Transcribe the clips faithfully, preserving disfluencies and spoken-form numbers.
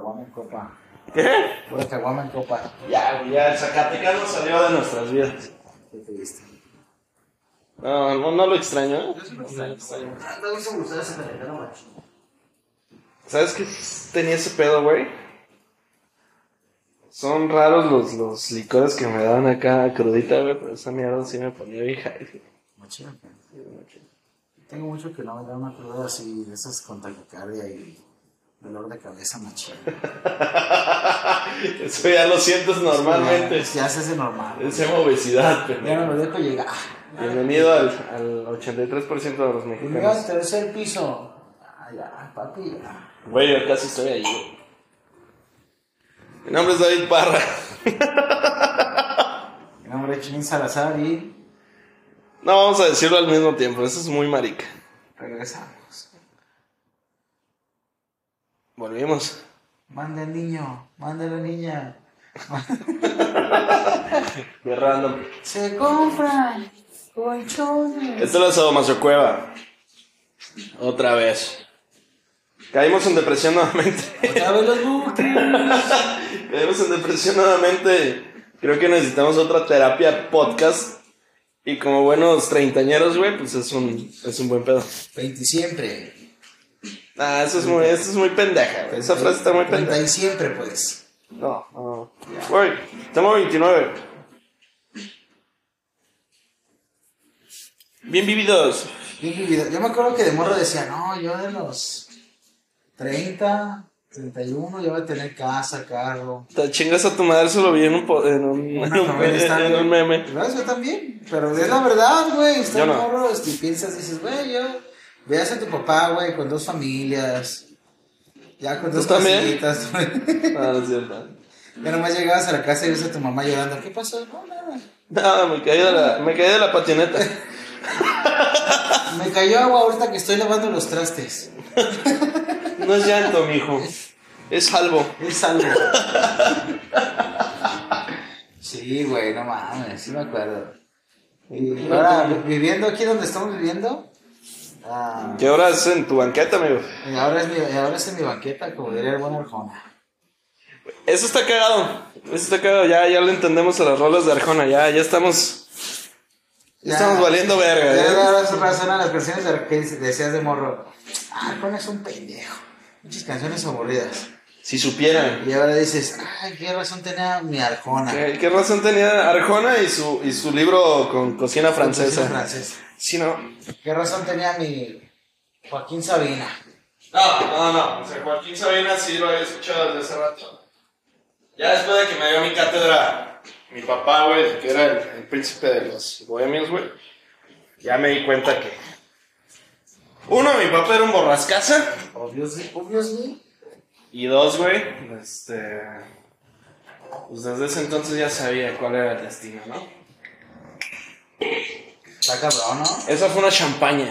caguama en copa. ¿Qué? Pura caguama en copa. Ya, güey, ya el Zacatecano salió de nuestras vidas. ¿Qué te viste? No, no, no lo extraño, ¿eh? Yo sí lo extraño. Ah, me gusta gustar ese Zacatecano machín. ¿Sabes qué tenía ese pedo, güey? Son raros los, los licores que me daban acá crudita, güey, pero esa mierda sí me ponía vieja. Machín. Tengo mucho que no me da una cruda así, de esas con taquicardia y dolor de cabeza machín. Eso ya lo sientes normalmente. Sí, ya se hace normal. Es obesidad, pero. Ya no lo dejo llegar. Bienvenido al, al ochenta y tres por ciento de los Primero mexicanos. al tercer piso. Ah, ya, papi, ya. Güey, yo casi estoy ahí, güey. Mi nombre es David Parra. Mi nombre es Chinin Salazar y No, vamos a decirlo al mismo tiempo, eso es muy marica. regresamos. Volvimos. Manda el niño, manda la niña. Qué random. Se compran colchones. Esta es la Sadomasocueva. Otra vez. Caímos en depresión nuevamente. Otra vez los buques. Caímos en depresión nuevamente. Creo que necesitamos otra terapia podcast. Y como buenos treintañeros, güey, pues es un, es un buen pedo. veinte siempre. Ah, eso es muy, eso es muy pendeja, güey. Esa frase está muy treinta pendeja. y siempre, pues. No, no. Güey, estamos veintinueve. Bien vividos. Bien vivido. Yo me acuerdo que de morro decía, no, yo de los treinta, treinta y uno ya voy a tener casa, carro. Te chingas a tu madre, eso lo vi en un, po- en un, en un, en un meme. ¿Verdad? Yo también. Pero es la verdad, güey. Está Yo no. morro, este, y piensas, dices, güey, yo. Veas a tu papá, güey, con dos familias. Ya con ¿Tú dos también? casitas. No, no es cierto. Ya nomás llegabas a la casa y ves a tu mamá llorando. ¿Qué pasó? No, nada. Nada, me caí de la, me caí de la patineta. Me cayó agua ahorita que estoy lavando los trastes. No es llanto, mijo. Es salvo. Es algo. Sí, güey, no mames, sí me acuerdo. Y ahora, viviendo aquí donde estamos viviendo. Ah, ¿Qué hora es en tu banqueta, amigo? y ahora, es mi, y ahora es en mi banqueta, como diría el buen Arjona. Eso está cagado. Eso está cagado. Ya, ya le entendemos a las rolas de Arjona. Ya, ya estamos. Ya estamos valiendo verga, Ya ¿eh? ahora razonan las canciones de, que decías de morro. Ah, Arjona es un pendejo. Muchas canciones aburridas. Si supieran. Y ahora dices, ay, qué razón tenía mi Arjona. ¿Qué, qué razón tenía Arjona y su, y su libro con cocina francesa? Cocina francesa. Sí, ¿no? ¿Qué razón tenía mi Joaquín Sabina? No, no, no. O sea, Joaquín Sabina sí lo había escuchado desde hace rato. Ya después de que me dio mi cátedra, mi papá, güey, que era el, el príncipe de los bohemios, güey, ya me di cuenta que... Uno, mi papá era un borrascaza. Obviously, obviously. Y dos, güey, este... pues desde ese entonces ya sabía cuál era el destino, ¿no? Está cabrón, ¿no? Esa fue una champaña.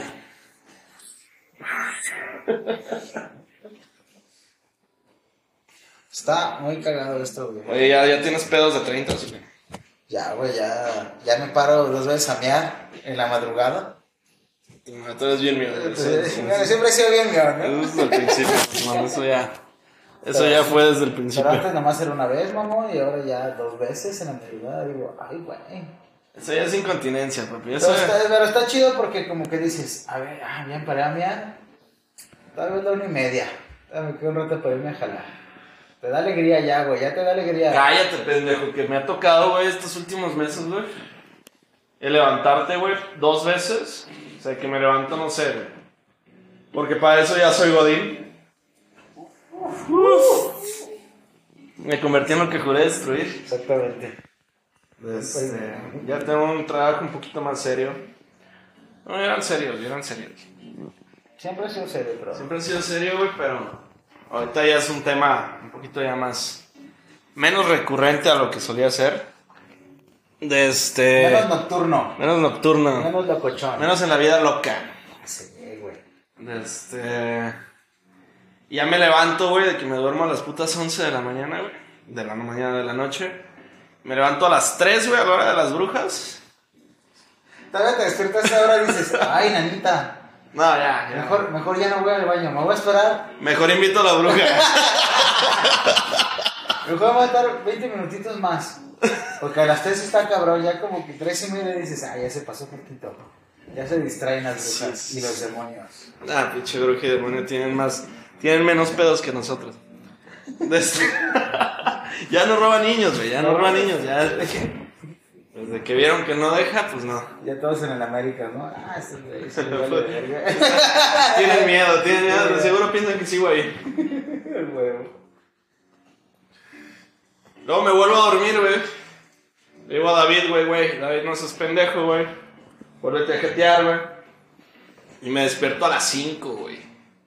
Está muy cagado esto, güey. Oye, ya, ya tienes pedos de treinta, güey. Ya, güey, ya, ya me paro dos veces a mear en la madrugada. No, tú eres bien mío. Eso, Bueno, siempre he sido bien mío, ¿no? eso es desde el principio, hermano, eso ya... Eso ya fue desde el Pero principio. antes nomás era una vez, mamón, y ahora ya dos veces en la madrugada. Digo, ay, güey. Eso ya es incontinencia, papi. Eso Pero ya... está, pero está chido porque como que dices, a ver, ah, bien paré a mear. Tal vez la una y media. Me quedo un rato para irme a jalar. Te da alegría ya, güey, ya te da alegría. Cállate, pendejo, que me ha tocado, güey, estos últimos meses, güey. El levantarte, güey, dos veces. O sea, que me levanto, no sé, güey. Porque para eso ya soy godín. Uf. Me convertí en lo que juré destruir. Exactamente. Este, ya tengo un trabajo un poquito más serio. No, eran serios, eran serios. Siempre he sido serio, pero... Siempre ha sido serio, güey, pero ahorita ya es un tema un poquito ya más... menos recurrente a lo que solía ser. De este... Menos nocturno. Menos nocturno. Menos locochón. Menos en la vida loca. Sí, güey. De este... Y ya me levanto, güey, de que me duermo a las putas once de la mañana, güey. De la mañana de la noche. Me levanto a las tres, güey, a la hora de las brujas. Todavía te despiertas ahora y dices, ay, nanita. No, ya, ya. Mejor, mejor ya no voy al baño, me voy a esperar. Mejor invito a la bruja. mejor va a estar veinte minutitos más. Porque a las tres está cabrón, ya como que tres y media dices, ah, ya se pasó poquito. Ya se distraen las brujas sí, sí, y los demonios. Ah, pinche bruja y demonio tienen más, tienen menos pedos que nosotros. Desde... ya no roban niños, güey, ya no, no roban niños, ya desde que, desde que vieron que no deja, pues no. Ya todos en el América, ¿no? Ah, este güey, se me vale verga. Tienen miedo, tienen miedo, seguro piensan que sigo ahí. El huevo. Luego me vuelvo a dormir, güey. Le digo a David, güey, güey, David, no seas pendejo, güey. Vuélvete a jetear, güey. Y me despierto a las cinco, güey.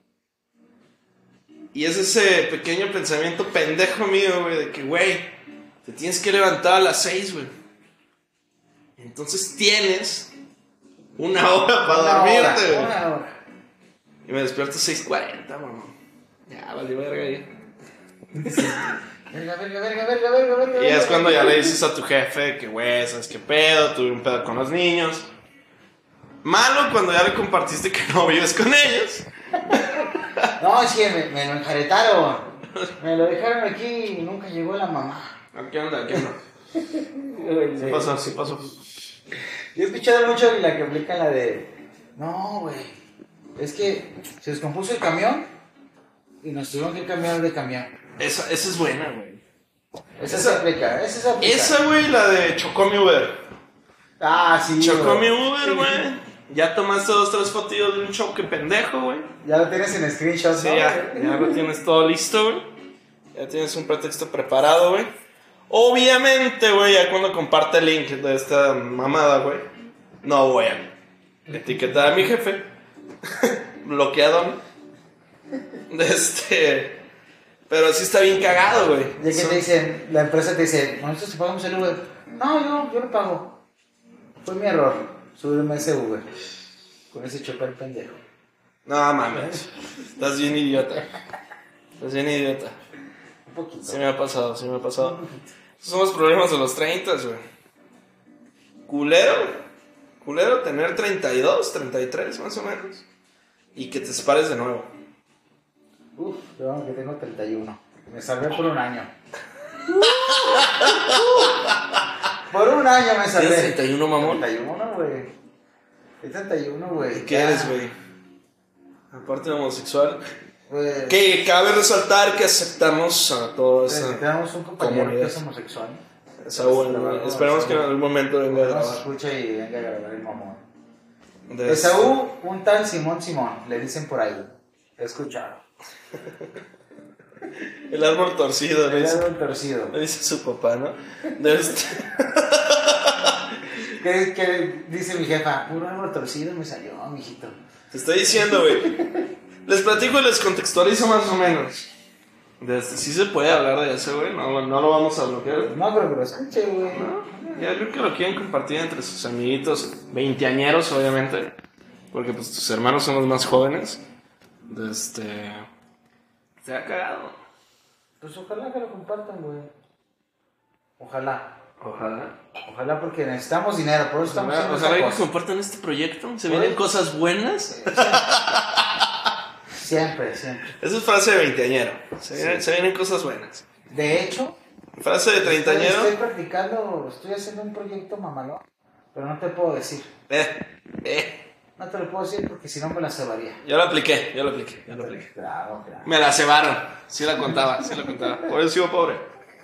Y es ese pequeño pensamiento pendejo mío, güey, de que, güey, te tienes que levantar a las seis, güey. Entonces tienes una hora para una dormirte, güey. Una hora. Y me despierto a seis cuarenta, mamá. Ya, vale, verga ahí. Verga, verga, verga, verga, verga, verga. Y es cuando ya le dices a tu jefe que, güey, ¿sabes qué pedo? Tuve un pedo con los niños. Malo cuando ya le compartiste que no vives con ellos. No, es que me, me lo enjaretaron. Me lo dejaron aquí y nunca llegó la mamá. ¿Qué onda? ¿Qué onda? Sí pasó, sí pasó. Yo he escuchado mucho la que aplica la de... No, güey. Es que se descompuso el camión y nos tuvieron que cambiar de camión. Esa, esa es buena, güey. Esa, esa se aplica, esa se aplica. Esa, güey, la de chocó mi Uber. Ah, sí, chocó mi Uber, güey. Sí. Ya tomaste dos, tres fotillos de un choque pendejo, güey. Ya lo tienes en screenshot, sí, ¿no? ya, ya lo tienes todo listo, güey. Ya tienes un pretexto preparado, güey. Obviamente, güey, ya cuando comparte el link de esta mamada, güey, no voy a etiquetar a mi jefe. Bloqueado, ¿no? De este... Pero sí está bien cagado, güey. Ya que te dicen, la empresa te dice, nosotros te pagamos el Uber. No, yo, yo lo pago. Fue mi error. Subirme ese Uber. Con ese chofer pendejo. No mames. Estás bien idiota. Estás bien idiota. Un poquito. Sí me ha pasado, sí me ha pasado. Esos son los problemas de los treinta, güey. Culero. Culero tener treinta y dos, treinta y tres más o menos. Y que te separes de nuevo. Uf, yo que tengo treinta y uno. Me salvé por un año. Por un año me salvé. ¿Tienes treinta y uno, mamón? treinta y uno, güey. Es treinta y uno, güey. ¿Qué eres, güey? Aparte de homosexual. Pues, que cabe resaltar que aceptamos a todos. Pues, tenemos un compañero comunidad. Que es homosexual. Esa bueno, pues, esperemos que en algún momento venga a grabar. Nos escucha y venga a grabar el mamón. De Esaú, un tal Simón Simón, le dicen por ahí. He escuchado. El árbol torcido, El le árbol dice, torcido. Le dice su papá, ¿no? De este... ¿Qué, ¿Qué dice mi jefa? Puro árbol torcido me salió, mijito. Te estoy diciendo, güey. Les platico y les contextualizo más o menos. Desde, sí se puede hablar de eso, güey. No, no lo vamos a bloquear. No, pero que lo escuche, güey. ¿No? Ya creo que lo quieren compartir entre sus amiguitos. Veinteañeros, obviamente. Porque pues tus hermanos son los más jóvenes. De este... Se ha cagado. Pues ojalá que lo compartan, güey. Ojalá. Ojalá. Ojalá porque necesitamos dinero, por eso estamos Ojalá, haciendo ojalá esta que compartan este proyecto. Se vienen cosas buenas. Siempre, siempre. Esa es frase de veinteañero. Se, sí. vienen, se vienen cosas buenas. De hecho, frase de treintañero. Estoy, estoy practicando, estoy haciendo un proyecto mamalón, pero no te puedo decir. Eh, eh. No te lo puedo decir porque si no me la cebaría. Yo lo apliqué, yo lo apliqué, yo lo apliqué. Claro, claro. Me la cebaron. Sí la contaba, sí la contaba. Por eso sigo pobre.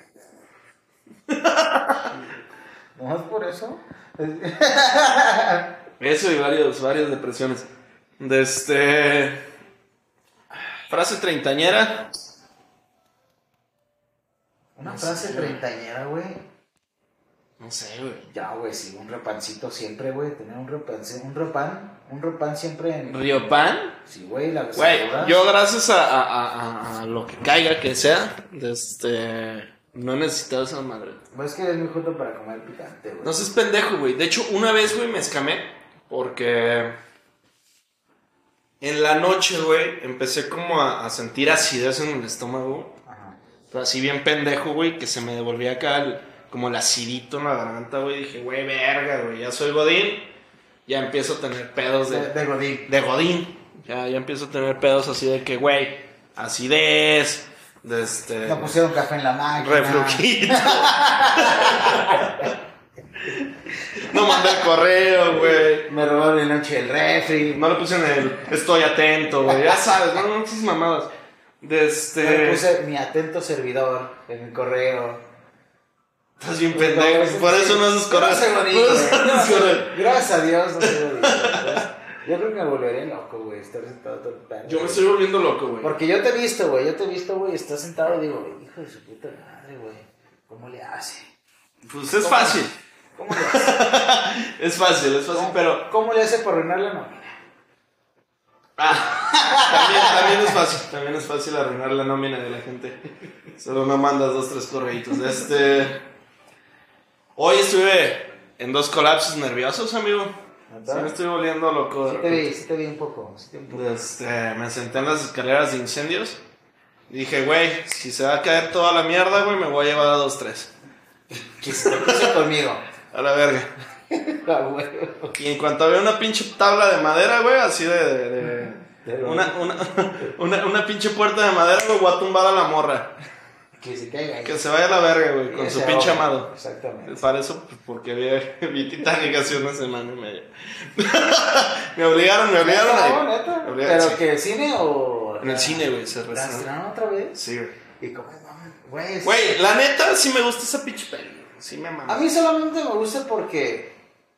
¿No es por eso? Eso y varios, varias depresiones. De este... Frase treintañera. Una no frase sé, treintañera, güey. No sé, güey. Ya, güey, sí, un repancito siempre, güey. Tener un repan, un repan, un repan siempre en... ¿Riopan? Sí, güey, la Güey, yo gracias a, a, a, a lo que caiga, que sea, este... No he necesitado esa madre. Pues es que eres muy justo para comer picante, güey. No seas pendejo, güey. De hecho, una vez, güey, me escamé porque... En la noche, güey, empecé como a, a sentir acidez en el estómago. Ajá. Pero así bien pendejo, güey, que se me devolvía acá el, como el acidito en la garganta, güey. Dije, güey, verga, güey, ya soy godín. Ya empiezo a tener pedos de... De, de godín. De godín. Ya, ya empiezo a tener pedos así de que, güey, acidez, De este... No pusieron café en la máquina. Reflujito. No mandé el correo, güey. Me robaron la noche el refri. No le pusieron el estoy atento, güey. Ya sabes, no, no, esas mamadas. De este... Le puse mi atento servidor en el correo. Estás bien pendejo. Por eso no haces correos. No sé bonito, Por eso no no haces sé- correos. Gracias a Dios, no sé bonito. Yo creo que me volveré loco, güey. Estar sentado todo el perro. Yo me estoy volviendo loco, güey. Porque yo te he visto, güey. Yo te he visto, güey. Estás sentado y digo, hijo de su puta madre, güey. ¿Cómo le hace? Pues es ¿Cómo? fácil. ¿Cómo le hace? Es fácil, es fácil, ¿Cómo, pero... ¿Cómo le hace para arruinar la nómina? Ah, también, también es fácil. También es fácil arruinar la nómina de la gente. Solo no mandas dos, tres correitos. Este... Hoy estuve en dos colapsos nerviosos, amigo. Sí, me estoy volviendo loco. Sí te vi, sí te vi un poco. Sí te vi un poco. Este, me senté en las escaleras de incendios y dije, güey, si se va a caer toda la mierda, güey, me voy a llevar a dos, tres. Que se lo puso conmigo. A la verga. Ah, güey. Y en cuanto había una pinche tabla de madera, güey, así de... de, de- De lo- una, una, una, una pinche puerta de madera, güey, voy a tumbar a la morra. Que se caiga ahí. Que se vaya a la verga, güey, con Que su se pinche ahogue. amado. Exactamente. Para eso, pues, porque vi, vi Titanic hace una semana y media. me obligaron, me obligaron a ir. No, neta. Me obligaron, ¿Pero sí. que el cine o...? En el cine, güey, se ¿La restrenó. estrenaron otra vez? Sí, güey. Y como, mames, güey... es- Güey, la neta, sí me gusta esa pinche peli. güey. Sí me mama. A mí solamente me gusta porque...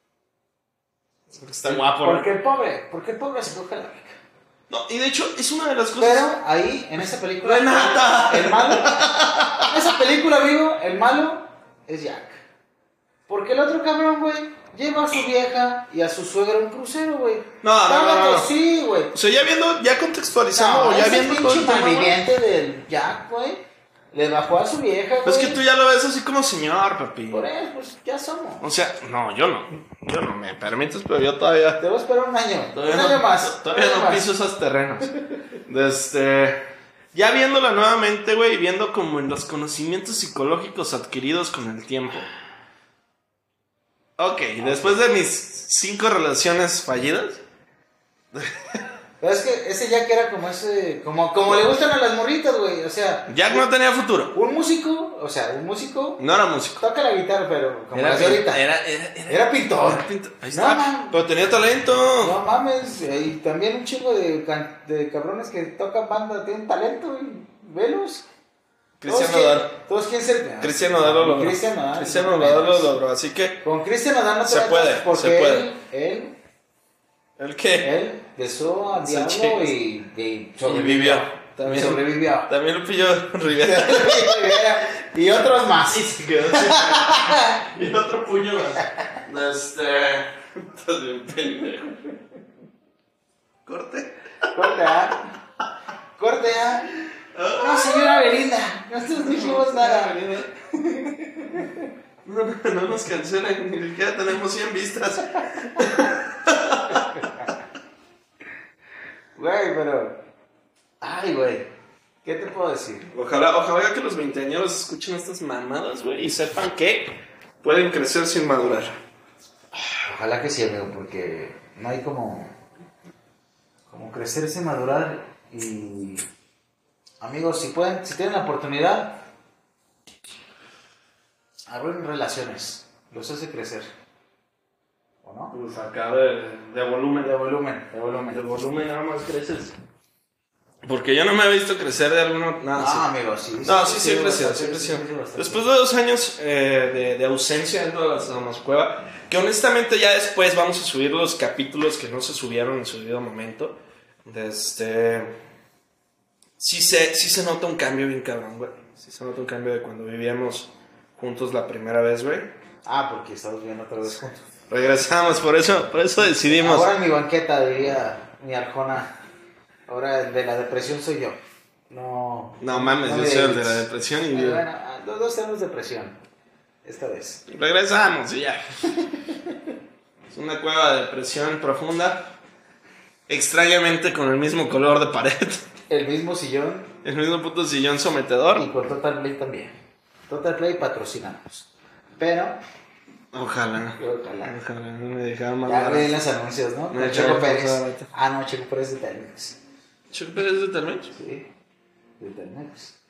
Está guapo, ¿no? Porque el pobre, porque el pobre se coge la rica. No, y de hecho, es una de las cosas... Pero ahí, en esa película... ¡Renata! El malo... En esa película, amigo, el malo es Jack. Porque el otro cabrón, güey, lleva a su vieja y a su suegra a un crucero, güey. No, no, Claro no, no, que no. Sí, güey. O sea, ya viendo, ya contextualizando, No, ya ese viendo todo pinche el tema, güey. malviviente del Jack, güey, le bajó a su vieja, güey. Pues es que tú ya lo ves así como señor, papi. Por eso, pues ya somos. O sea, no, yo no. Yo no me permites, pero yo todavía... Te voy a esperar un año. Todavía un no, año más. Todavía un año no más. piso esos terrenos. Este, ya viéndola nuevamente, güey, viendo como en los conocimientos psicológicos adquiridos con el tiempo. Ok, después de mis cinco relaciones fallidas. Pero es que ese Jack era como ese. Como, como le gustan a las morritas, güey. O sea. Jack no tenía futuro. Un músico, o sea, un músico. No era músico. Toca la guitarra, pero como Era, las de ahorita. era, era, era, Era pintor. era pintor. Ahí No, está. man. Pero tenía talento. No mames. Y también un chingo de, can- de cabrones que tocan banda tienen talento, güey. Velos. Cristian Todos quieren- Nodal. Todos quieren ser. Cristian Nodal lo logró. Cristian Nodal. Cristian Nodal lo logró. Así que, Con Cristian Nodal no te Se metas puede, porque se puede. él, él, ¿el qué? él besó al Se diablo chinga. y, y Y sobrevivió. vivió. También, Sobrevivió. también lo pilló Rivera. Y otros más. Y se quedó sin- Y otro puño más. Este. Estás bien pendejo. Corte. Corte A. Corte A. No, señora Belinda. Nosotros dijimos nada. No, no, no nos cancelen, ni siquiera tenemos cien vistas. Güey, pero. Ay, güey. ¿Qué te puedo decir? Ojalá, ojalá que los veinteañeros escuchen estas mamadas, güey, y sepan que pueden crecer sin madurar. Ojalá que sí, amigo, porque no hay como. Como crecerse, madurar y. Amigos, si pueden, si tienen la oportunidad, abren relaciones. Los hace crecer. ¿O no? Pues acá de, de volumen. De volumen, de volumen. De volumen nada más creces. Porque yo no me he visto crecer de alguno. Nada, No, sí. amigos, sí. No, sí, sí, he crecido, bastante, sí, he crecido. sí, bastante. Después de dos años eh, de, de ausencia dentro de la Somascueva, que honestamente ya después vamos a subir los capítulos que no se subieron en su debido momento. De este. Sí se, sí se nota un cambio bien cabrón, güey. Sí se nota un cambio de cuando vivíamos juntos la primera vez, güey. Ah, porque estamos viendo otra vez juntos. Regresamos, por eso, por eso decidimos. Ahora en mi banqueta, diría mi Arjona. Ahora el de la depresión soy yo. No. No mames, no yo le soy el de digas. la depresión y Eh, yo. Bueno, ah, los dos tenemos depresión. Esta vez. Regresamos y ya. Es una cueva de depresión profunda. Extrañamente con el mismo color de pared. El mismo sillón El mismo puto sillón sometedor. y con Total Play también. Total Play patrocinamos. Pero, Ojalá. ojalá. Ojalá no me dejaran más Ya barato. ven los anuncios, ¿no? Me Con echaron Checo Pérez. más barato. Ah, no, Checo Pérez de Telmex. ¿Chuck Pérez de Telmex? Sí, de Telmex.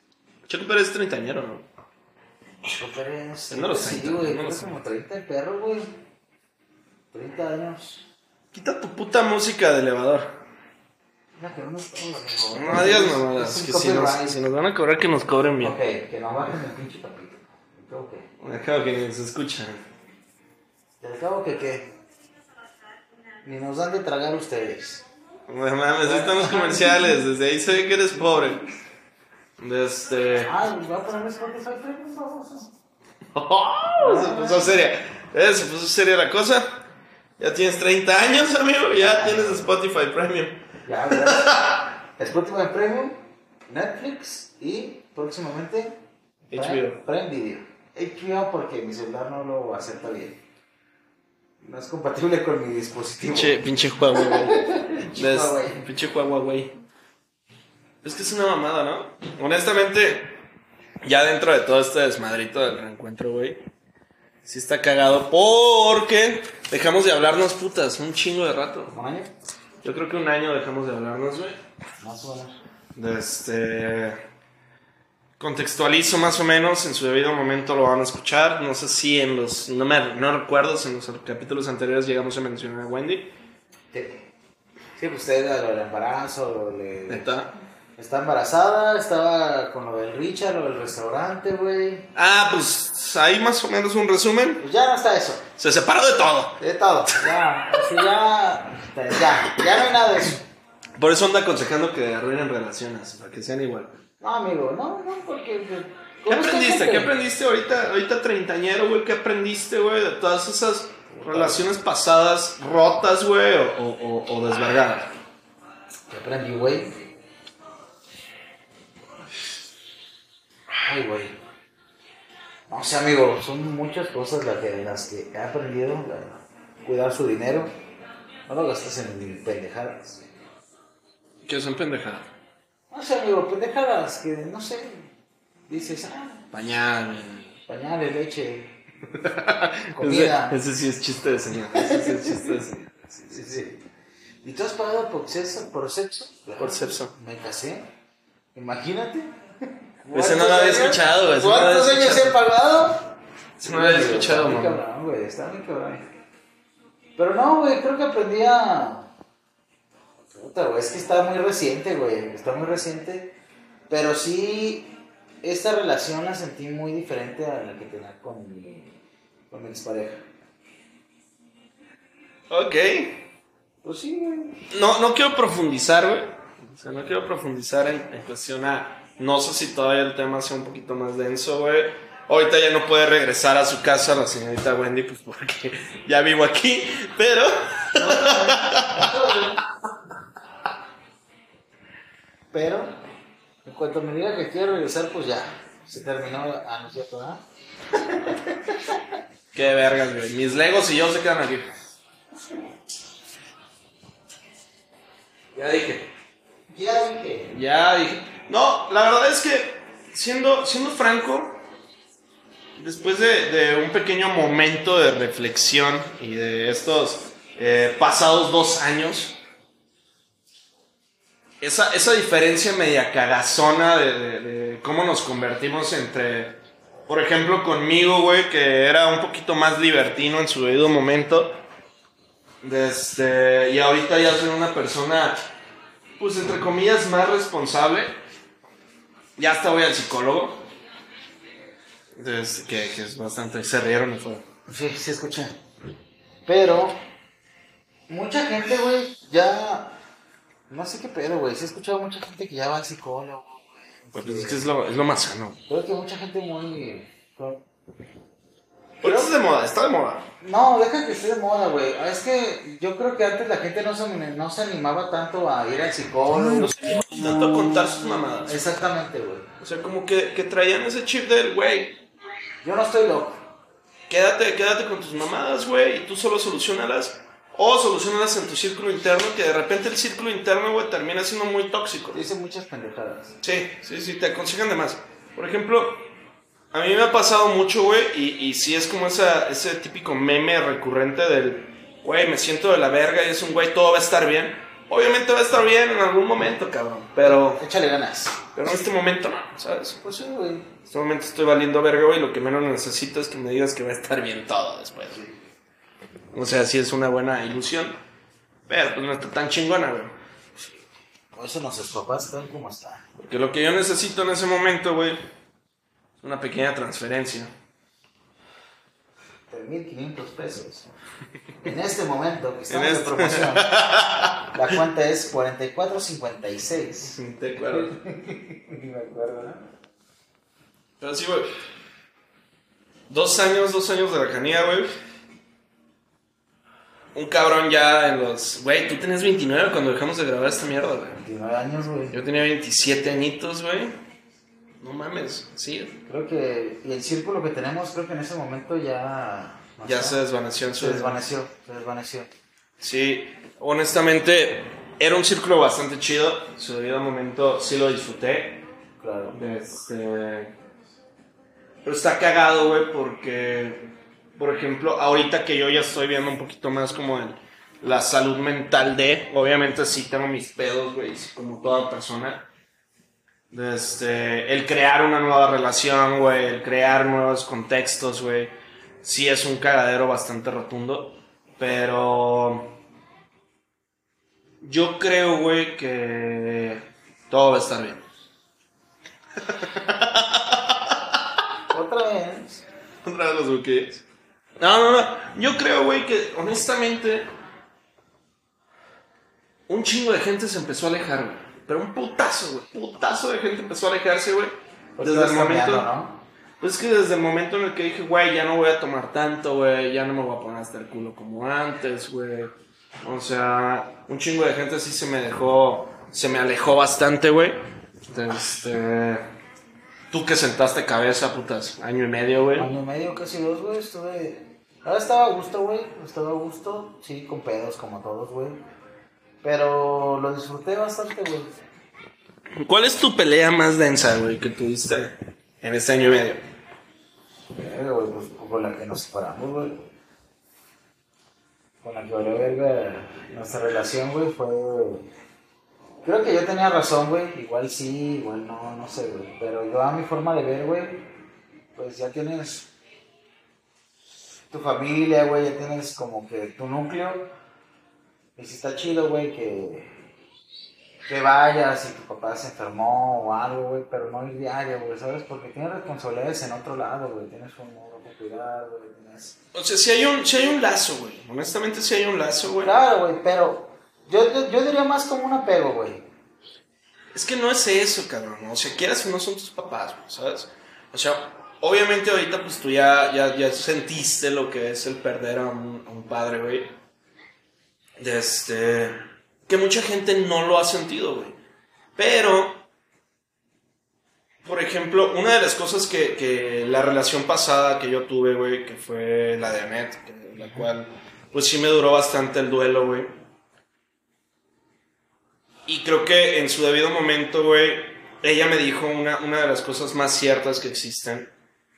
Checo Pérez es treintañero, ¿no? Checo Pérez. No lo sé. Sí, güey. No lo Creo sé. como treinta el perro, güey. treinta años. Quita tu puta música de elevador. Mira que no nos estamos amigo. No digas Es mamadas. un Que si nos, copyright. si nos van a cobrar, que nos cobren bien. Ok, que no bajen el pinche tapito. Creo que. Acabo que ni se escucha. Y al cabo que qué. Ni nos dan de tragar ustedes. No mames, ahí están los comerciales. Desde ahí se ve que eres pobre. Este. Ah, voy a poner Spotify Premium, baboso. Se puso seria. Eh, Se puso seria la cosa. Ya tienes treinta años, amigo. Ya tienes Spotify Premium. Ya, ¿verdad? Spotify Premium, Netflix y próximamente H B O. Prime, Prime Video. H B O porque mi celular no lo acepta bien. No es compatible con mi dispositivo. Pinche, pinche Huawei, güey. Pinche Des- Huawei. Pinche Huawei. Es que es una mamada, ¿no? Honestamente, ya dentro de todo este desmadrito del reencuentro, güey, sí está cagado porque dejamos de hablarnos putas un chingo de rato. ¿Un año? Yo creo que un año dejamos de hablarnos, güey. Más o menos. De este... Contextualizo más o menos, en su debido momento lo van a escuchar. No sé si en los... No, me, no recuerdo si en los capítulos anteriores llegamos a mencionar a Wendy. Sí, sí pues usted era lo del embarazo, le... ¿Neta? Está embarazada, estaba con lo del Richard, lo del restaurante, güey. Ah, pues ahí más o menos un resumen. Pues ya no está eso. Se separó de todo. De todo. Ya, así ya, ya, ya no hay nada de eso. Por eso anda aconsejando que arruinen relaciones, para que sean igual. No, amigo, no, no, porque... ¿Qué aprendiste? ¿Qué aprendiste ahorita, ahorita treintañero, güey? ¿Qué aprendiste, güey, de todas esas relaciones pasadas rotas, güey, o, o, o, o desvergadas? ¿Qué aprendí, güey? Ay, güey. No sé, amigo, son muchas cosas las que, las que he aprendido. La- cuidar su dinero. No lo gastes en pendejadas. ¿Qué son pendejadas? No sé, amigo, pendejadas que, no sé, dices, ah, Pañal. pañales, leche, comida. Ese, ese sí es chiste de señor. Ese sí es chiste de señor. Sí, sí, sí. ¿Y tú has pagado por sexo? ¿Por sexo? Por sexo. Me casé. Imagínate. Ese no lo había ¿Cuántos años- escuchado, güey, ese no lo había ¿Cuántos años escuchado. he pagado? Ese no lo había Sí, escuchado, está muy mamá. cabrón, güey, está muy cabrón. Pero no, güey, creo que aprendí a... Puta, güey, es que está muy reciente, güey, está muy reciente. Pero sí, esta relación la sentí muy diferente a la que tenía con mi, con mi expareja. Ok. Pues sí, güey. No, no quiero profundizar, güey. O sea, no quiero profundizar en, en cuestión a... No sé si todavía el tema sea un poquito más denso, güey. Ahorita ya no puede regresar a su casa la señorita Wendy, pues porque ya vivo aquí, pero... Pero, en cuanto me diga que quiero regresar, pues ya. Se terminó. Ah, no es cierto, ¿ah? Qué vergas, güey. Mis Legos y yo se quedan aquí. Ya dije. Ya dije. Ya dije. No, la verdad es que, siendo, siendo franco, después de, de un pequeño momento de reflexión y de estos eh, pasados dos años, esa, esa diferencia media cagazona de, de, de cómo nos convertimos entre, por ejemplo, conmigo, güey, que era un poquito más libertino en su debido momento, desde, y ahorita ya soy una persona, pues entre comillas, más responsable. Ya hasta voy al psicólogo. Entonces, que, que es bastante... Se rieron y fue. Sí, sí escuché. Pero, mucha gente, güey, ya... No sé qué pedo, güey. Sí he escuchado mucha gente que ya va al psicólogo, güey. Pues es que es lo, es lo más sano. Creo que mucha gente muy... Pero eso es de moda, está de moda. No, deja que esté de moda, güey. Es que yo creo que antes la gente no se, no se animaba tanto a ir al psicólogo. No sé, intentó contar sus mamadas. Exactamente, güey. O sea, como que, que traían ese chip del, güey, Yo no estoy loco. quédate, quédate con tus mamadas, güey, y tú solo solucionalas. O solucionalas en tu círculo interno, que de repente el círculo interno, güey, termina siendo muy tóxico. Dice muchas pendejadas. Sí, sí, sí, te aconsejan de más. Por ejemplo, a mí me ha pasado mucho, güey, y, y sí es como esa, ese típico meme recurrente del, güey, me siento de la verga y es un güey, todo va a estar bien. Obviamente va a estar bien en algún momento, cabrón. Pero. Échale ganas. Pero en este momento no, ¿sabes? Pues sí, güey. En este momento estoy valiendo verga, güey. Lo que menos necesito es que me digas que va a estar bien todo después. O sea, sí es una buena ilusión. Pero pues no está tan chingona, güey. Por eso nuestros papás están como están. Porque lo que yo necesito en ese momento, güey, es una pequeña transferencia. tres mil quinientos pesos. En este momento que estamos En de este- promoción, la cuenta es cuarenta y cuatro cincuenta y seis. ¿Te acuerdas? Ni me acuerdo, ¿no? Pero sí, güey. Dos años, dos años de la canía, güey. Un cabrón ya en los... Güey, tú tenías veintinueve cuando dejamos de grabar esta mierda, güey. veintinueve años, güey. Yo tenía veintisiete añitos, güey. No mames, sí. Creo que... Y el círculo que tenemos, creo que en ese momento ya... no Ya sé, se desvaneció en su... se desvaneció. Se desvaneció. Sí, honestamente, era un círculo bastante chido. Su debido momento sí lo disfruté. Claro. Este... Pero está cagado, güey, porque... Por ejemplo, ahorita que yo ya estoy viendo un poquito más como el, la salud mental de... Obviamente sí tengo mis pedos, güey, como toda persona. Este, el crear una nueva relación, güey, el crear nuevos contextos, güey, sí es un cagadero bastante rotundo, pero yo creo, güey, que todo va a estar bien. Otra vez. Otra vez los buques. No, no, no, yo creo, güey, que honestamente un chingo de gente se empezó a alejar, güey. Pero un putazo, güey. Putazo de gente empezó a alejarse, güey. Pues Desde el estás momento. cambiando, ¿no? Pues es que desde el momento en el que dije, güey, ya no voy a tomar tanto, güey. Ya no me voy a poner hasta el culo como antes, güey. O sea, un chingo de gente sí se me dejó. Se me alejó bastante, güey. Este. Tú que sentaste cabeza, putas, año y medio, güey. Año y medio, casi dos, güey. Estuve. Ahora estaba a gusto, güey. Estaba a gusto. Sí, con pedos, como todos, güey. Pero lo disfruté bastante, güey. ¿Cuál es tu pelea más densa, güey, que tuviste en este año y medio? Verga, güey, pues con la que nos separamos, güey. Con la que valió verga nuestra relación, güey, fue. Creo que yo tenía razón, güey. Igual sí, igual no, no sé, güey. Pero yo a mi forma de ver, güey, pues ya tienes tu familia, güey, ya tienes como que tu núcleo. Y si está chido, güey, que, que vayas si tu papá se enfermó o algo, güey, pero no ir diario, güey, ¿sabes? Porque tienes responsabilidades en otro lado, güey. Tienes un morro que cuidar, güey, tienes... O sea, si hay un, si hay un lazo, güey. Honestamente, si hay un lazo, güey. Claro, güey, pero yo, yo, yo diría más como un apego, güey. Es que no es eso, cabrón. O sea, quieras o no son tus papás, güey, ¿sabes? O sea, obviamente ahorita pues tú ya, ya, ya sentiste lo que es el perder a un, a un padre, güey. Este, que mucha gente no lo ha sentido, güey. Pero, por ejemplo, una de las cosas que, que la relación pasada que yo tuve, güey, que fue la de Annette, que, la cual, pues sí me duró bastante el duelo, güey. Y creo que en su debido momento, güey, ella me dijo una, una de las cosas más ciertas que existen.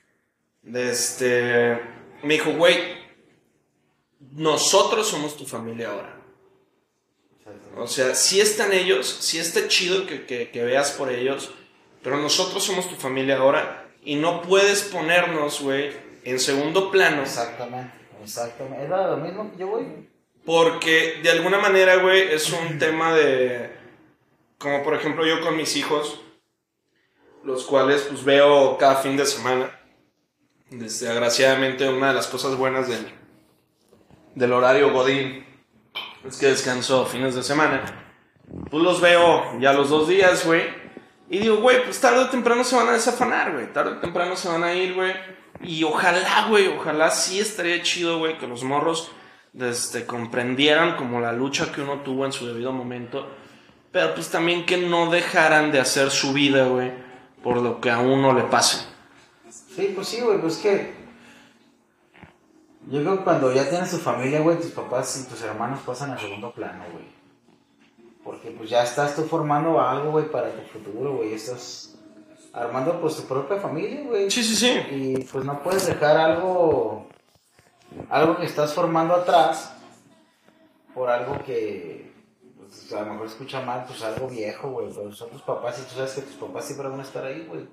Este, me dijo, güey, nosotros somos tu familia ahora. O sea, sí están ellos, sí está chido que, que, que veas por ellos, pero nosotros somos tu familia ahora y no puedes ponernos, güey, en segundo plano. Exactamente, exactamente. Era lo mismo que yo, güey. Porque de alguna manera, güey, es un tema de... Como por ejemplo yo con mis hijos, los cuales pues veo cada fin de semana. Desgraciadamente una de las cosas buenas del, del horario Godín es que descanso fines de semana. Pues los veo ya los dos días, güey. Y digo, güey, pues tarde o temprano se van a desafanar, güey. Tarde o temprano se van a ir, güey. Y ojalá, güey, ojalá sí estaría chido, güey, que los morros este, comprendieran como la lucha que uno tuvo en su debido momento. Pero pues también que no dejaran de hacer su vida, güey, por lo que a uno le pase. Sí, pues sí, güey, pues que... Yo creo que cuando ya tienes tu familia, güey, tus papás y tus hermanos pasan a segundo plano, güey. Porque pues ya estás tú formando algo, güey, para tu futuro, güey. Estás armando pues tu propia familia, güey. Sí, sí, sí. Y pues no puedes dejar algo... Algo que estás formando atrás por algo que... Pues, pues, a lo mejor escucha mal, pues algo viejo, güey, pero son tus papás y tú sabes que tus papás siempre van a estar ahí, güey.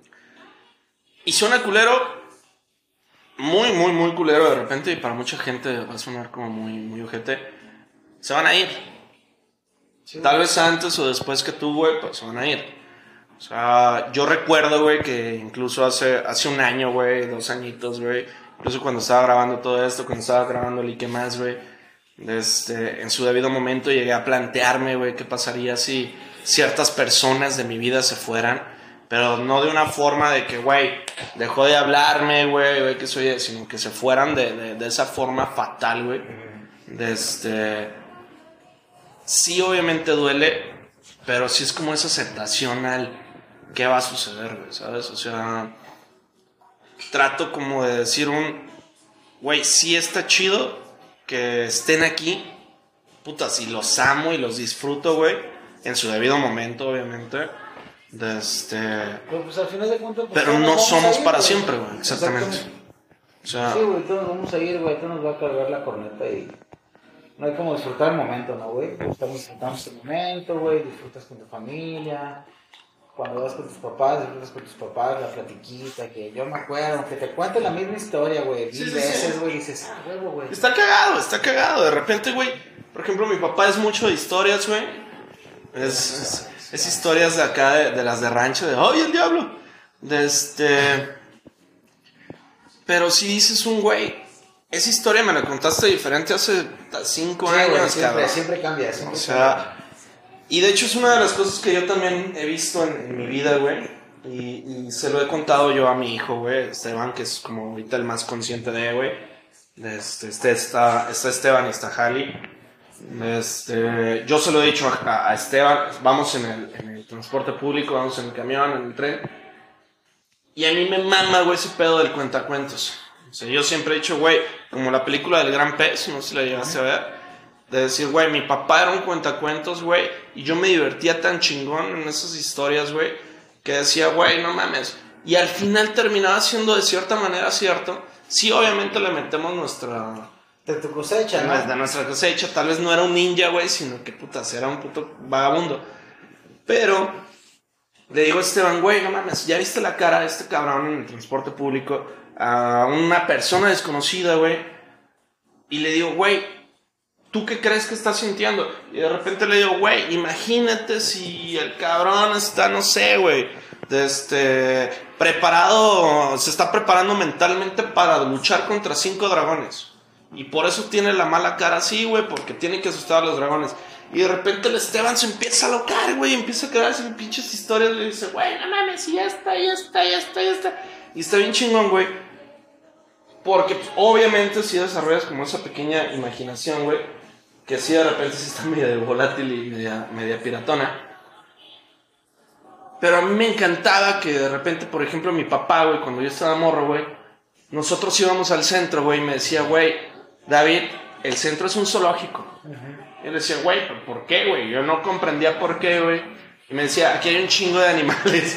Y suena culero, muy, muy, muy culero de repente, y para mucha gente va a sonar como muy, muy ojete. Se van a ir. Sí, tal vez antes o después que tú, güey, pues se van a ir. O sea, yo recuerdo, güey, que incluso hace, hace un año, güey, dos añitos, güey, incluso cuando estaba grabando todo esto, cuando estaba grabando el Ike Más, güey, este, en su debido momento llegué a plantearme, güey, qué pasaría si ciertas personas de mi vida se fueran. Pero no de una forma de que, güey, dejó de hablarme, güey, güey, que soy, sino que se fueran de, de, de esa forma fatal, güey. De este... Sí, obviamente duele, pero sí es como esa aceptación al qué va a suceder, güey, ¿sabes? O sea, trato como de decir un, güey, sí está chido que estén aquí, puta, sí los amo y los disfruto, güey, en su debido momento, obviamente. De este... Pero pues al final de cuentas... Pues, pero no somos ir, para güey. Siempre, güey, exactamente. exactamente. O sea... Sí, güey, todos nos vamos a ir, güey, todos nos va a cargar la corneta y... No hay como disfrutar el momento, ¿no, güey? Estamos disfrutando este momento, güey, disfrutas con tu familia. Cuando vas con tus papás, disfrutas con tus papás, la platiquita, que yo me acuerdo, que te cuenten la misma historia, güey, mil sí, sí, veces, güey, sí. dices, ah, huevo, güey. Está cagado, está cagado. De repente, güey, por ejemplo, mi papá es mucho de historias, güey. Es... es Es historias de acá, de, de las de rancho, de ¡ay, el diablo! De este... Pero si dices un güey, esa historia me la contaste diferente hace cinco sí, años, güey, siempre, cabrón. Siempre cambia, siempre O sea, cambia. Y de hecho es una de las cosas que yo también he visto en, en mi vida, güey. Y, y se lo he contado yo a mi hijo, güey, Esteban, que es como ahorita el más consciente de, güey. Este, este, está, está Esteban y está Jali. Este, yo se lo he dicho a, a Esteban, vamos en el, en el transporte público, vamos en el camión, en el tren, y a mí me mama, güey, ese pedo del cuentacuentos. O sea, yo siempre he dicho, güey, como la película del Gran Pez, no sé si la llegaste a ver, de decir, güey, mi papá era un cuentacuentos, güey, y yo me divertía tan chingón en esas historias, güey, que decía, güey, no mames, y al final terminaba siendo de cierta manera cierto. Sí, obviamente le metemos nuestra... De tu cosecha, ¿no? De nuestra cosecha, tal vez no era un ninja, güey, sino que putas, era un puto vagabundo. Pero le digo a Esteban, güey, no mames, ¿ya viste la cara de este cabrón en el transporte público? A una persona desconocida, güey. Y le digo, güey, ¿tú qué crees que está sintiendo? Y de repente le digo, güey, imagínate si el cabrón está, no sé, güey, este, preparado, se está preparando mentalmente para luchar contra cinco dragones. Y por eso tiene la mala cara así, güey, porque tiene que asustar a los dragones. Y de repente el Esteban se empieza a locar, güey, empieza a quedarse en pinches historias. Le dice, güey, no mames, y ya está, ya está, ya está, ya está. Y está bien chingón, güey. Porque pues, obviamente si desarrollas como esa pequeña imaginación, güey, que sí de repente sí está media volátil y media, media piratona. Pero a mí me encantaba que de repente, por ejemplo, mi papá, güey, cuando yo estaba morro, güey, nosotros íbamos al centro, güey, y me decía, güey, David, el centro es un zoológico. Uh-huh. Y yo le decía, güey, ¿pero por qué, güey? Yo no comprendía por qué, güey. Y me decía, aquí hay un chingo de animales.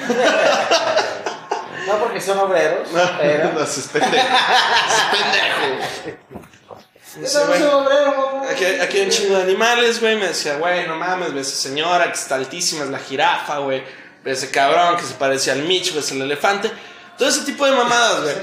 No, porque son obreros. No, pero... no, es pendejo. Es pendejo. Dice, no, no obrero, aquí, aquí hay un chingo de animales, güey. Me decía, güey, no mames, ve esa señora que está altísima, es la jirafa, güey. Ve ese güey, que se parece al Mitch, güey, es el elefante. Todo ese tipo de mamadas, güey.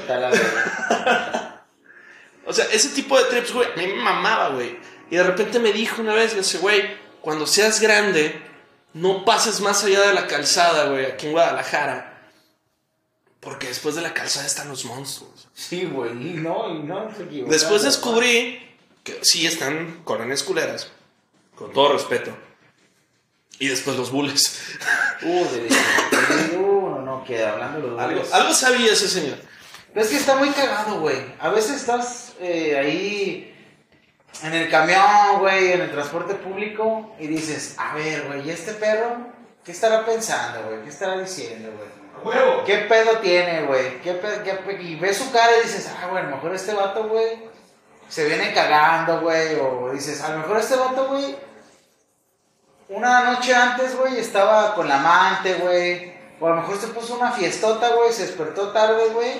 O sea, ese tipo de trips, güey, a mí me mamaba, güey. Y de repente me dijo una vez, me dice, güey, cuando seas grande, no pases más allá de la calzada, güey, aquí en Guadalajara. Porque después de la calzada están los monstruos. Sí, güey, y no, y no se equivoca. Después descubrí que sí están colonias culeras, con todo respeto. Y después los bullies. Uh, de, de, de, uh, no, no, que hablando de los algo, algo sabía ese señor. Pero es que está muy cagado, güey. A veces estás eh, ahí en el camión, güey, en el transporte público y dices, a ver, güey, ¿y este perro qué estará pensando, güey? ¿Qué estará diciendo, güey? ¡Huevo! ¿Qué pedo tiene, güey? ¿Qué pedo, qué, y ves su cara y dices, ah, güey, a lo mejor este vato, güey, se viene cagando, güey. O dices, a lo mejor este vato, güey, una noche antes, güey, estaba con la amante, güey. O a lo mejor se puso una fiestota, güey, se despertó tarde, güey.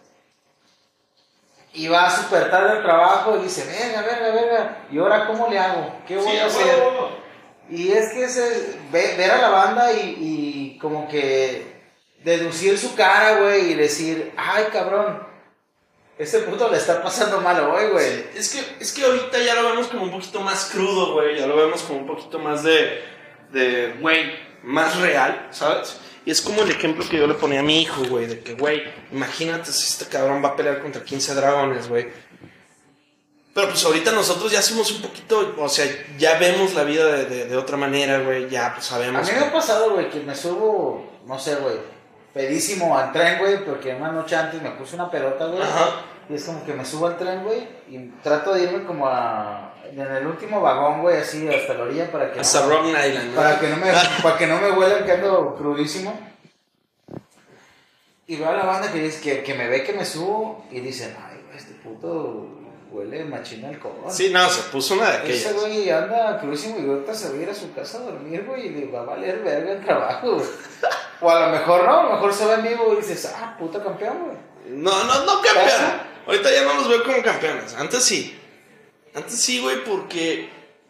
Y va súper tarde al trabajo y dice, verga, verga, verga. ¿Y ahora cómo le hago? ¿Qué voy sí, a hacer? Huevo. Y es que ese, ve- ver a la banda y, y como que deducir su cara, güey, y decir, ay, cabrón, ese puto le está pasando mal hoy, güey. Sí, es que, es que ahorita ya lo vemos como un poquito más crudo, güey. Ya lo vemos como un poquito más de, de, güey, más real, ¿sabes? Y es como el ejemplo que yo le ponía a mi hijo, güey, de que, güey, imagínate si este cabrón va a pelear contra quince dragones, güey. Pero pues ahorita nosotros ya somos un poquito, o sea, ya vemos la vida de, de, de otra manera, güey, ya pues A sabemos. mí me ha pasado, güey, que me subo, no sé, güey, pedísimo al tren, güey, porque una noche antes me puse una pelota, güey. Ajá. Y es como que me subo al tren, güey, y trato de irme como a... en el último vagón, güey, así hasta la orilla para que... Hasta no, Rock Island, ¿no? Para que no me, para que no me huelan que ando crudísimo. Y veo a la banda que, dice, que, que me ve que me subo y dicen, ay, güey, este puto huele machina alcohol. Sí, no, se puso una de aquellas. Ese güey anda crudísimo y ahorita se va a ir a su casa a dormir, güey, y le va a valer verga el trabajo, güey. O a lo mejor no, a lo mejor se va en vivo y dices, ah, puto campeón, güey. No, no, no campeón. Ahorita ya no los veo como campeones. Antes sí. Antes sí, güey, porque...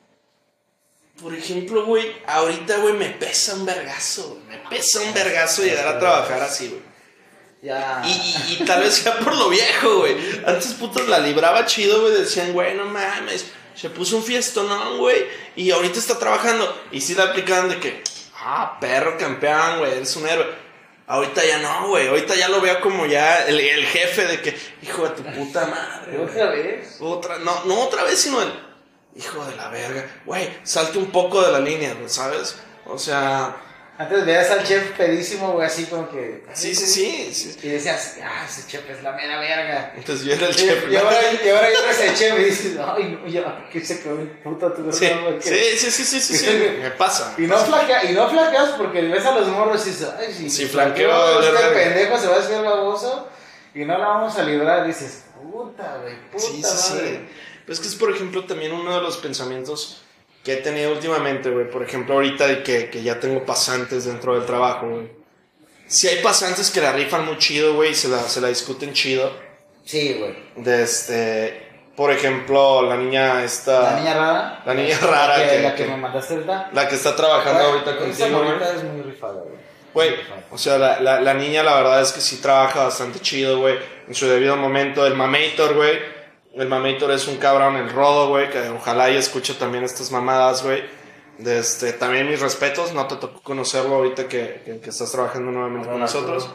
Por ejemplo, güey, ahorita, güey, me pesa un vergazo. Me pesa un vergazo llegar a trabajar así, güey. Ya. Y, y, y tal vez sea por lo viejo, güey. Antes, putas, la libraba chido, güey. Decían, güey, no mames. Se puso un fiestonón, güey. Y ahorita está trabajando. Y sí le aplicaban de que, ah, perro campeón, güey, eres un héroe. Ahorita ya no, güey. Ahorita ya lo veo como ya el, el jefe de que, hijo de tu puta madre. ¿Otra vez? Otra, no, no otra vez, sino el hijo de la verga. Güey, salte un poco de la línea, güey, ¿sabes? O sea... Antes veías al chef pedísimo, güey, así como que... Sí, sí, sí, sí. Y decías, ah, ese chef es la mera verga. Entonces yo era el Y, chef. y, ahora, y ahora ya eres el chef y dices, ay, no, ya, que se quedó el puto tu Sí, güey, que- sí, sí, sí, sí, sí, sí, me pasa. Y no, flaquea, y no flaqueas porque ves a los morros y dices, ay, si, Sí, si flanqueo, flaqueo, de este verga. pendejo se va a hacer baboso y no la vamos a librar. Y dices, puta, güey, puta Sí, sí, madre. sí. Pues que es, por ejemplo, también uno de los pensamientos que he tenido últimamente, güey. Por ejemplo, ahorita de que, que ya tengo pasantes dentro del trabajo, güey. Si hay pasantes que la rifan muy chido, güey, y se la, se la discuten chido. Sí, güey. De este... Por ejemplo, la niña esta... La niña rara. La niña rara que, que- La que, que- me mandaste ahorita. La que está trabajando ahorita Esa contigo, güey. morrita es muy rifada, güey. Güey, Muy rifada. o sea, la, la, la niña la verdad es que sí trabaja bastante chido, güey. En su debido momento, el Mamator, güey. El Mamator es un cabrón, el Rodo, güey, que ojalá y escuche también estas mamadas, güey. De este, también mis respetos, no te tocó conocerlo ahorita que, que, que estás trabajando nuevamente con Hola, nosotros.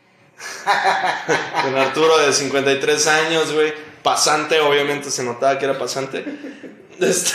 Con Arturo de cincuenta y tres años, güey. Pasante, obviamente se notaba que era pasante. Este...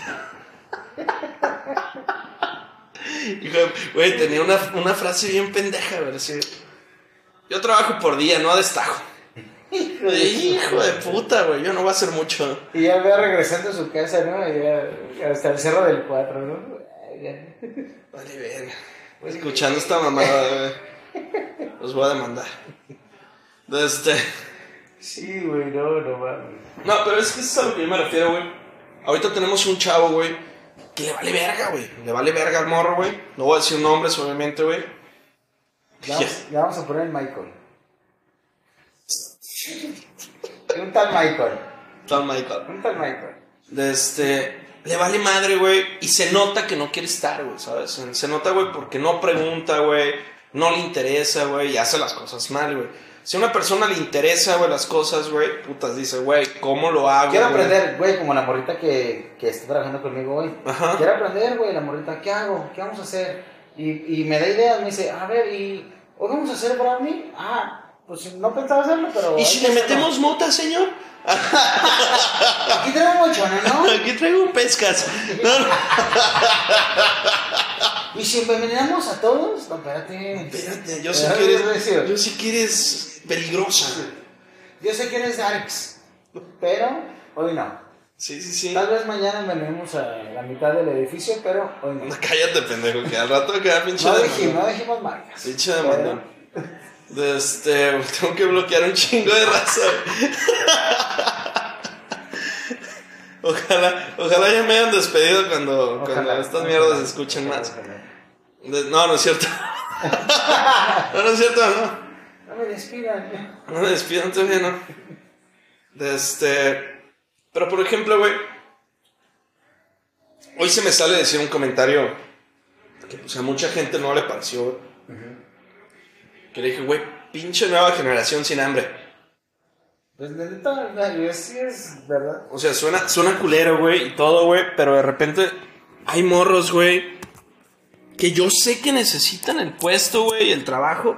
Hijo de- Güey, tenía una, una frase bien pendeja, güey. Así, yo trabajo por día, no a destajo. Hijo de Hijo de puta, güey, yo no voy a hacer mucho. Y ya veo regresando a su casa, ¿no? Y ya, hasta el cerro del cuatro, ¿no? Ya. Vale, verga. Escuchando esta mamada, güey. Los voy a demandar. Este... Sí, güey, no, no mames. No, pero es que eso es a lo que yo me refiero, güey. Ahorita tenemos un chavo, güey, que le vale verga, güey. Le vale verga al morro, güey. No voy a decir nombres, obviamente, güey. Ya, ya vamos a poner el Michael. Un tal Michael. Tal Michael. Un tal Michael. De este... Le vale madre, güey. Y se nota que no quiere estar, güey, ¿sabes? Se nota, güey, porque no pregunta, güey. No le interesa, güey. Y hace las cosas mal, güey. Si a una persona le interesa, güey, las cosas, güey, putas, dice, güey, ¿cómo lo hago, Quiero güey? aprender, güey, como la morrita que, que está trabajando conmigo hoy. Ajá. Quiero aprender, güey, la morrita, ¿qué hago? ¿Qué vamos a hacer? Y, y me da ideas, me dice, a ver, ¿y hoy vamos a hacer brownie? Ah, pues no pensaba hacerlo, pero... ¿Y hay si que le hacerlo. metemos mota, señor? Aquí tenemos mochona, ¿no? Aquí traigo un pescas. No, no. ¿Y si envenenamos a todos? No, espérate. Espérate, yo sé Ah, que eres, decir, yo sé que eres peligrosa. Yo sé que eres Darks, pero hoy no. Sí, sí, sí. Tal vez mañana envenenemos a la mitad del edificio, pero hoy no. No, cállate, pendejo, que al rato queda pinche No de dijimos, mandón. no dijimos marcas. Pinche de Pero- mandón. De este, tengo que bloquear un chingo de raza. Ojalá, ojalá ya me hayan despedido cuando, cuando Ojalá, estas ojalá, mierdas se escuchen ojalá, más. ojalá. De- no, no es cierto. No, no es cierto, no. No me despidan. No me despidan todavía, no. De este. Pero por ejemplo, güey. Hoy se me sale decir un comentario que pues, a mucha gente no le pareció, güey. Uh-huh. Que le dije, güey, pinche nueva generación sin hambre. Pues de neta, sí es verdad. O sea, suena, suena culero, güey, y todo, güey, pero de repente hay morros, güey, que yo sé que necesitan el puesto, güey, el trabajo,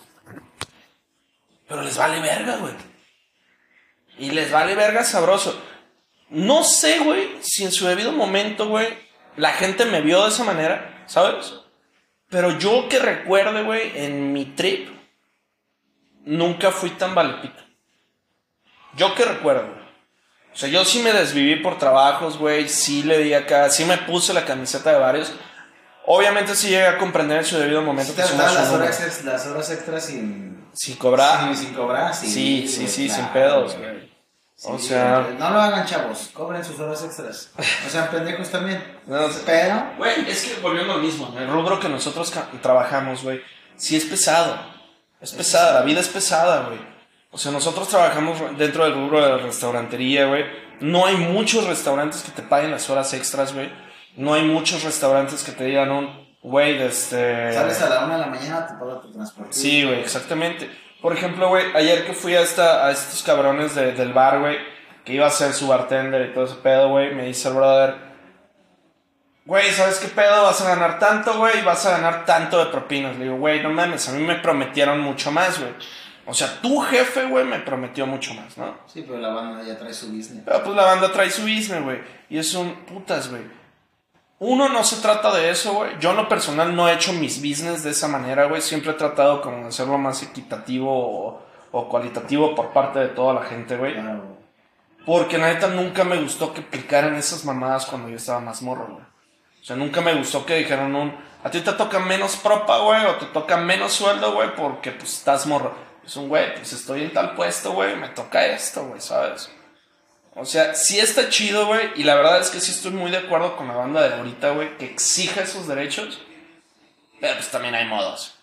pero les vale verga, güey. Y les vale verga sabroso. No sé, güey, si en su debido momento, güey, la gente me vio de esa manera, ¿sabes? Pero yo que recuerde, güey, en mi trip, nunca fui tan valepito. Yo que recuerdo, güey. O sea, yo sí me desviví por trabajos, güey, sí le di acá, sí me puse la camiseta de varios. Obviamente sí llegué a comprender en su debido momento sí, que somos las horas, ex, las horas extras sin... Sin cobrar. Sin, sin cobrar, sí. Sí, sí, sí, claro, sin pedos, güey. Sí, o sea... No lo hagan, chavos. Cobren sus horas extras. O sea, pendejos también. No, pero... Güey, es que volviendo a lo mismo. El rubro que nosotros ca- trabajamos, güey, sí es pesado. Es pesada, la vida es pesada, güey. O sea, nosotros trabajamos dentro del rubro de la restaurantería, güey. No hay muchos restaurantes que te paguen las horas extras, güey. No hay muchos restaurantes que te digan un... Güey, este... Sales a la una de la mañana, te paga tu transporte. Sí, güey, exactamente. Por ejemplo, güey, ayer que fui a, esta, a estos cabrones de, del bar, güey, que iba a ser su bartender y todo ese pedo, güey, me dice el brother, güey, ¿sabes qué pedo? Vas a ganar tanto, güey, y vas a ganar tanto de propinas. Le digo, güey, no mames, a mí me prometieron mucho más, güey. O sea, tu jefe, güey, me prometió mucho más, ¿no? Sí, pero la banda ya trae su business. Pero pues la banda trae su business, güey. Y es un putas, güey. Uno, no se trata de eso, güey. Yo en lo personal no he hecho mis business de esa manera, güey. Siempre he tratado como de hacerlo más equitativo o, o cualitativo por parte de toda la gente, güey. Claro. Porque la neta nunca me gustó que aplicaran esas mamadas cuando yo estaba más morro, güey. O sea, nunca me gustó que dijeran un... A ti te toca menos propa, güey, o te toca menos sueldo, güey, porque pues estás morro. Es un, güey, pues estoy en tal puesto, güey, me toca esto, güey, ¿sabes? O sea, sí está chido, güey, y la verdad es que sí estoy muy de acuerdo con la banda de ahorita, güey, que exija esos derechos, pero pues también hay modos.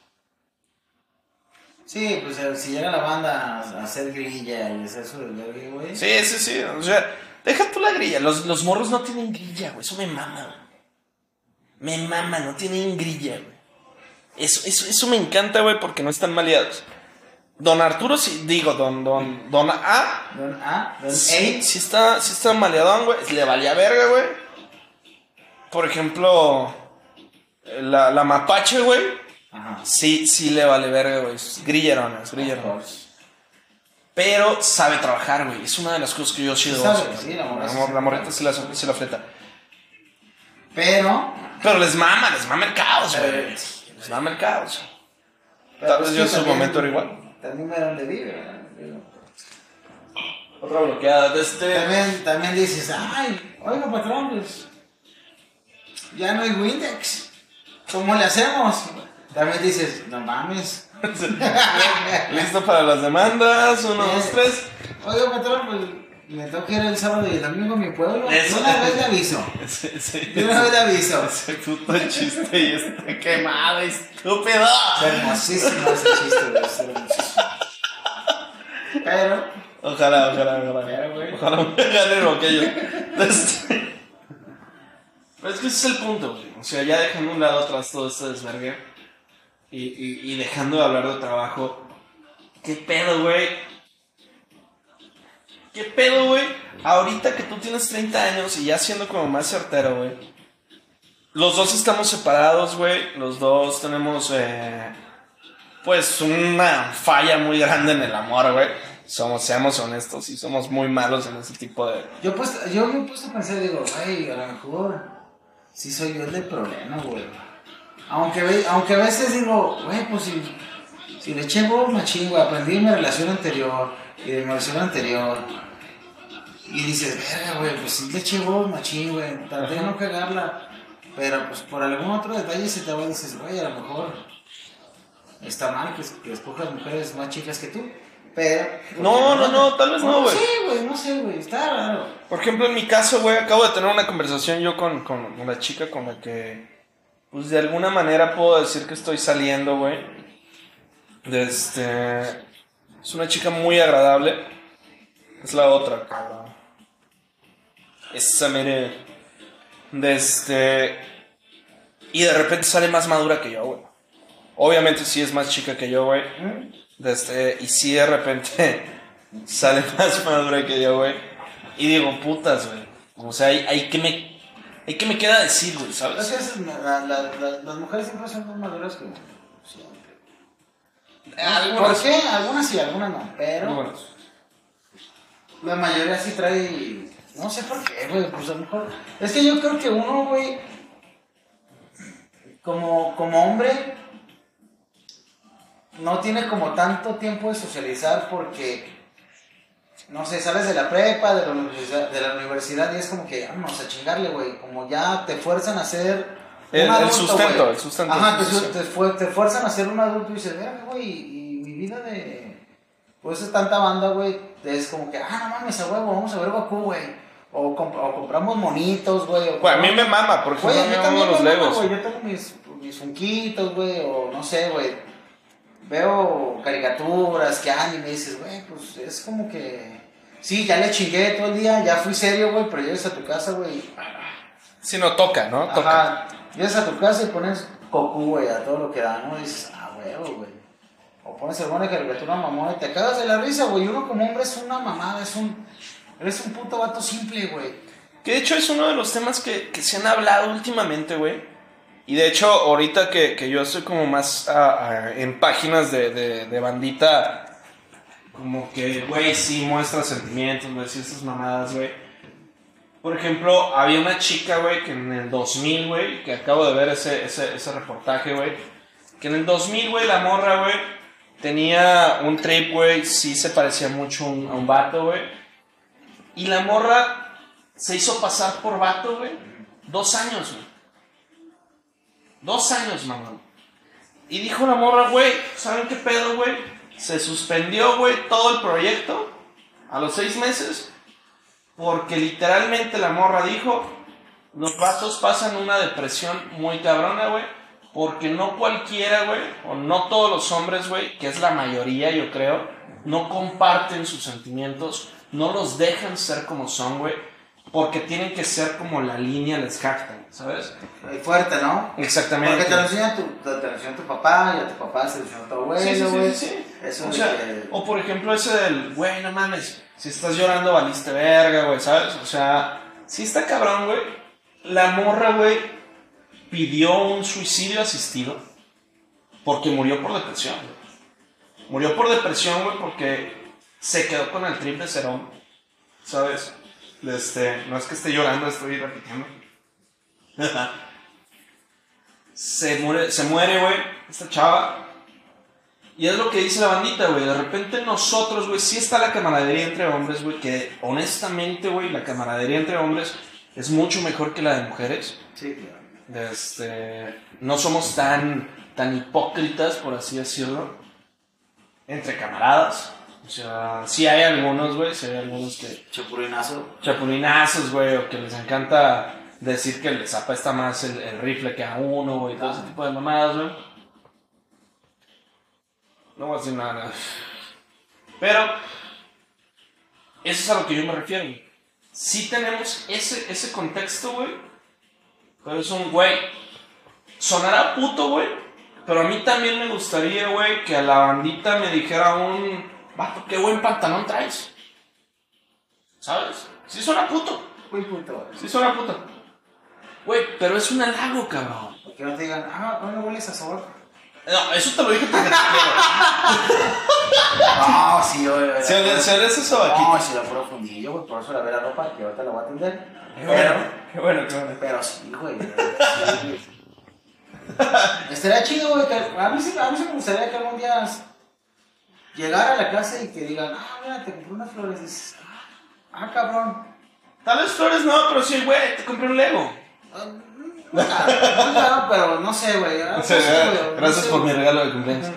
Sí, pues si llega la banda a hacer grilla y hacer su desvergue, güey. Sí, sí, sí, o sea, deja tú la grilla, los, los morros no tienen grilla, güey, eso me mama, güey. Me mama, no tienen grilla, güey. Eso, eso, eso me encanta, güey, porque no están maleados. Don Arturo, sí, digo, don, don, don A. Don A, don A. Sí, sí está, sí está maleadón, güey. Le valía verga, güey. Por ejemplo, la, la mapache, güey. Ajá. Sí, sí le vale verga, güey. Grilleronas, grilleronas. Pero sabe trabajar, güey. Es una de las cosas que yo sí debo hacer. Sí, la morrita. La, la morrita sí la, sí la fleta. Pero. Pero les mama, les mama el caos, güey. Les mama el caos. Tal vez yo en su momento era igual. También de donde vive, ¿verdad? Otra bloqueada de este. También, también dices, ay, oiga, patrón, pues. Ya no hay Windex. ¿Cómo le hacemos? También dices, no mames. Listo para las demandas, uno, eh, dos, tres. Oiga, patrón, pues me toca ir el sábado y el domingo a mi pueblo. De una vez le aviso. Sí, sí, de una vez le aviso. Ese puto chiste y está quemado, estúpido. Es hermosísimo ese chiste, güey. Es hermosísimo. Pero. Ojalá, ojalá, ojalá. Pero, güey. Ojalá me gane lo que yo. Este... Pero es que ese es el punto, güey. O sea, ya dejando a un lado atrás todo este desvergue y, y, y dejando de hablar de trabajo. ¿Qué pedo, güey? ¿Qué pedo, güey? Ahorita que tú tienes treinta años y ya siendo como más certero, güey. Los dos estamos separados, güey. Los dos tenemos, eh, pues, una falla muy grande en el amor, güey. Somos, seamos honestos, y somos muy malos en ese tipo de... Yo, pues, yo me he puesto a pensar, digo, güey, a lo mejor sí soy yo el del problema, güey. Aunque, aunque a veces digo, güey, pues si, si le eché bolas machín, güey, aprendí de mi relación anterior y de mi relación anterior. Y dices, verga, güey, pues si le eché bolas machín, güey, traté de no cagarla. Pero pues por algún otro detalle se te va y dices, güey, a lo mejor está mal que, que escojas mujeres más chicas que tú. Pero... No, no, no, tal vez no, güey. No sé, güey, no sé, güey, está raro. Por ejemplo, en mi caso, güey, acabo de tener una conversación yo con, con la chica con la que, pues de alguna manera puedo decir que estoy saliendo, güey. Este... Es una chica muy agradable. Es la otra, cabrón. Esa, mire... De este... Y de repente sale más madura que yo, güey. Obviamente sí es más chica que yo, güey. De este... Y sí de repente sale más madura que yo, güey. Y digo, putas, güey. O sea, hay, hay que me... Hay que me queda decir, güey, ¿sabes? Entonces, la, la, la, las mujeres siempre son más maduras que siempre. Algunas, ¿Por qué? Algunas sí, algunas no. Pero algunas. la mayoría sí trae. No sé por qué, güey. Pues a lo mejor. Es que yo creo que uno, güey. Como, como hombre. No tiene como tanto tiempo de socializar porque. No sé, sales de la prepa, de la universidad, de la universidad y es como que, vamos a chingarle, güey. Como ya te fuerzan a ser un El, adulto, el sustento, güey. el sustento. Ajá, te, Sí, sí. te, fu- te fuerzan a ser un adulto y dices, verga, güey, y mi vida de... Pues es tanta banda, güey, es como que, ah, no mames, a huevo, vamos a ver Goku, güey. O, comp- o compramos monitos, güey. o Güey, a mí compramos- me mama, por ejemplo, Güey, a a mí mí me también maman los me mama, Legos. güey. Yo tengo mis, mis funquitos, güey, o no sé, güey. Veo caricaturas, que anime, y dices, güey, pues es como que... Sí, ya le chingué todo el día, ya fui serio, güey, pero llegas a tu casa, güey. Si no toca, ¿no? Toca. Ajá, llegas a tu casa y pones Goku, güey, a todo lo que da, ¿no? Y dices, ah, güey, güey. O pones alguna caricatura mamona y te cagas de la risa, güey. Uno como hombre es una mamada, es un... Eres un puto vato simple, güey. Que de hecho es uno de los temas que, que se han hablado últimamente, güey. Y de hecho, ahorita que, que yo estoy como más ah, ah, en páginas de, de, de bandita, como que, güey, sí muestra sentimientos, güey, sí estas mamadas, güey. Por ejemplo, había una chica, güey, que en el dos mil, güey, que acabo de ver ese, ese, ese reportaje, güey, que en el dos mil, güey, la morra, güey, tenía un trip, güey, sí se parecía mucho a un, a un vato, güey. Y la morra se hizo pasar por vato, güey, dos años, güey. Dos años, mamá. Y dijo la morra, güey, ¿saben qué pedo, güey? Se suspendió, güey, todo el proyecto a los seis meses porque literalmente la morra dijo, los vatos pasan una depresión muy cabrona, güey, porque no cualquiera, güey, o no todos los hombres, güey, que es la mayoría, yo creo, no comparten sus sentimientos, no los dejan ser como son, güey, porque tienen que ser como la línea les jactan, ¿sabes? Fuerte, ¿no? Exactamente. Porque te lo enseña tu, te, te lo enseña tu papá, y a tu papá se lo enseñó tu abuelo, Sí, sí, sí, güey. sí, sí. Eso O de sea, que- o por ejemplo ese del, güey, no mames, si estás llorando valiste verga, güey, ¿sabes? O sea, sí está cabrón, güey. La morra, güey, pidió un suicidio asistido porque murió por depresión, güey. Murió por depresión, güey, porque se quedó con el trip de ser hombre, ¿sabes? Este, no es que esté llorando, estoy repitiendo. se muere, se muere, güey, esta chava. Y es lo que dice la bandita, güey. De repente nosotros, güey, sí está la camaradería entre hombres, güey. Que honestamente, güey, la camaradería entre hombres es mucho mejor que la de mujeres. Sí, claro. Este, no somos tan, tan hipócritas, por así decirlo, entre camaradas. O sea, sí hay algunos, güey, sí hay algunos que... Chapulinazo. Chapulinazos, güey, o que les encanta decir que les apesta más el, el rifle que a uno, güey, todo ese tipo de mamadas, güey. No voy a decir nada. Pero eso es a lo que yo me refiero, güey. Sí tenemos ese, ese contexto, güey. Pero es un, güey, sonará puto, güey. Pero a mí también me gustaría, güey, que a la bandita me dijera un... Vato, qué buen pantalón traes. ¿Sabes? Sí suena puto. Muy puto. Sí suena puto. Güey, pero es un halago, cabrón. Que no te digan, ah, no, no hueles a sabor. No, eso te lo dije porque te quiero. No, sí, güey. ¿Se le se le hace eso aquí? No, sí, la puro fundillo, güey. Por eso la ve la ropa, que ahorita la voy a atender. Qué bueno, qué bueno, qué bueno. Pero sí, güey. Sí, güey. Estaría chido, güey. que A mí, sí, a mí sí me gustaría que algún día llegar a la casa y que digan, ah, mira, te compré unas flores. Y dices, ah, ah, cabrón. Tal vez flores no, pero sí, güey, te compré un Lego. Ah, no, no, no, pero no sé, güey. Ah, O no sea, sé, güey, no gracias sé, por mi güey. regalo de cumpleaños.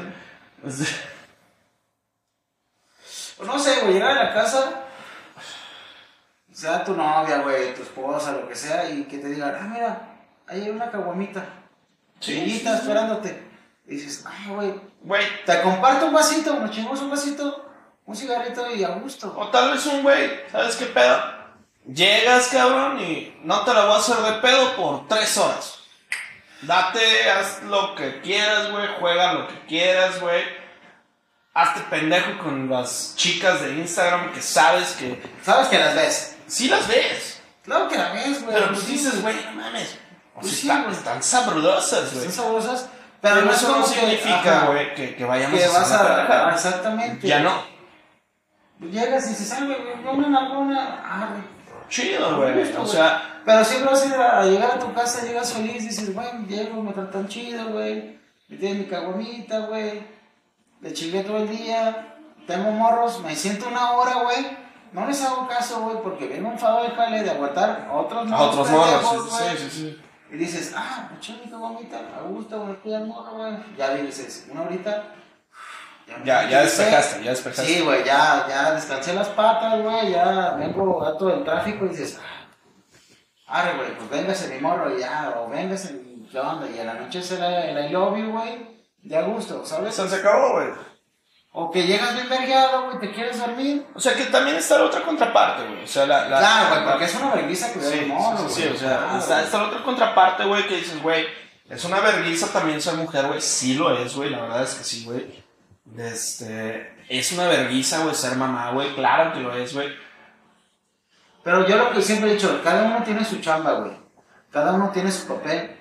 No sé, güey, llegar a la casa, sea tu novia, güey, tu esposa, lo que sea, y que te digan, ah, mira, ahí hay una caguamita. Sí, Chiquita, sí, sí. esperándote. Y dices, ah, güey, Güey, te comparto un vasito, nos chingamos un vasito, un cigarrito y a gusto. o tal vez un güey, ¿sabes qué pedo? Llegas, cabrón, y no te la voy a hacer de pedo por tres horas. Date, haz lo que quieras, güey, juega lo que quieras, güey. Hazte pendejo con las chicas de Instagram que sabes que... Sabes que las ves. Sí las ves. Claro que las ves, güey. Pero pues dices, güey, no mames. O Pues sea, sí, están, güey. están sabrosas, güey. Son sabrosas. Pero, Pero no es eso no como que, significa, ajá, güey, que, que vayamos que a vas hacer una a... pendejada. ah, exactamente. Ya no. Llegas y dices, ah, güey, güey, una, una, una. Ah, güey. Chido, güey. O sea, Pero siempre vas a ir a, a llegar a tu casa, llegas feliz, dices, güey, llego, me tratan chido, güey. Me tienen mi caguamita, güey. Le chingué todo el día. Tengo morros, me siento una hora, güey. No les hago caso, güey, porque vengo enfadado del jale de aguantar a otros a otros pendejos, morros. Sí, güey. sí, sí. Y dices, ah, me eché mi caguamita, a gusto, güey, cuida el morro, güey. Ya dices, una horita. Ya, ya despejaste, ya despejaste. Sí, güey, ya, ya descansé las patas, güey, ya vengo gato del tráfico y dices, ah, arre, güey, pues véngase mi morro, ya, o véngase, ¿qué onda? Y a la noche será el I love you, güey, de a gusto, ¿sabes? Se acabó, güey. O que llegas bien vergueado, güey, te quieres dormir. O sea, que también está la otra contraparte, güey. O sea, la... la Claro, güey, la- porque es una vergüenza cuidar Sí, el morro, sí, güey. sí, sí, o sea, Claro, está, güey. está la otra contraparte, güey, que dices, güey, es una vergüenza también ser mujer, güey. Sí lo es, güey, la verdad es que sí, güey. Este, es una vergüenza, güey, ser mamá, güey. Claro que lo es, güey. Pero yo lo que siempre he dicho, cada uno tiene su chamba, güey. Cada uno tiene su papel.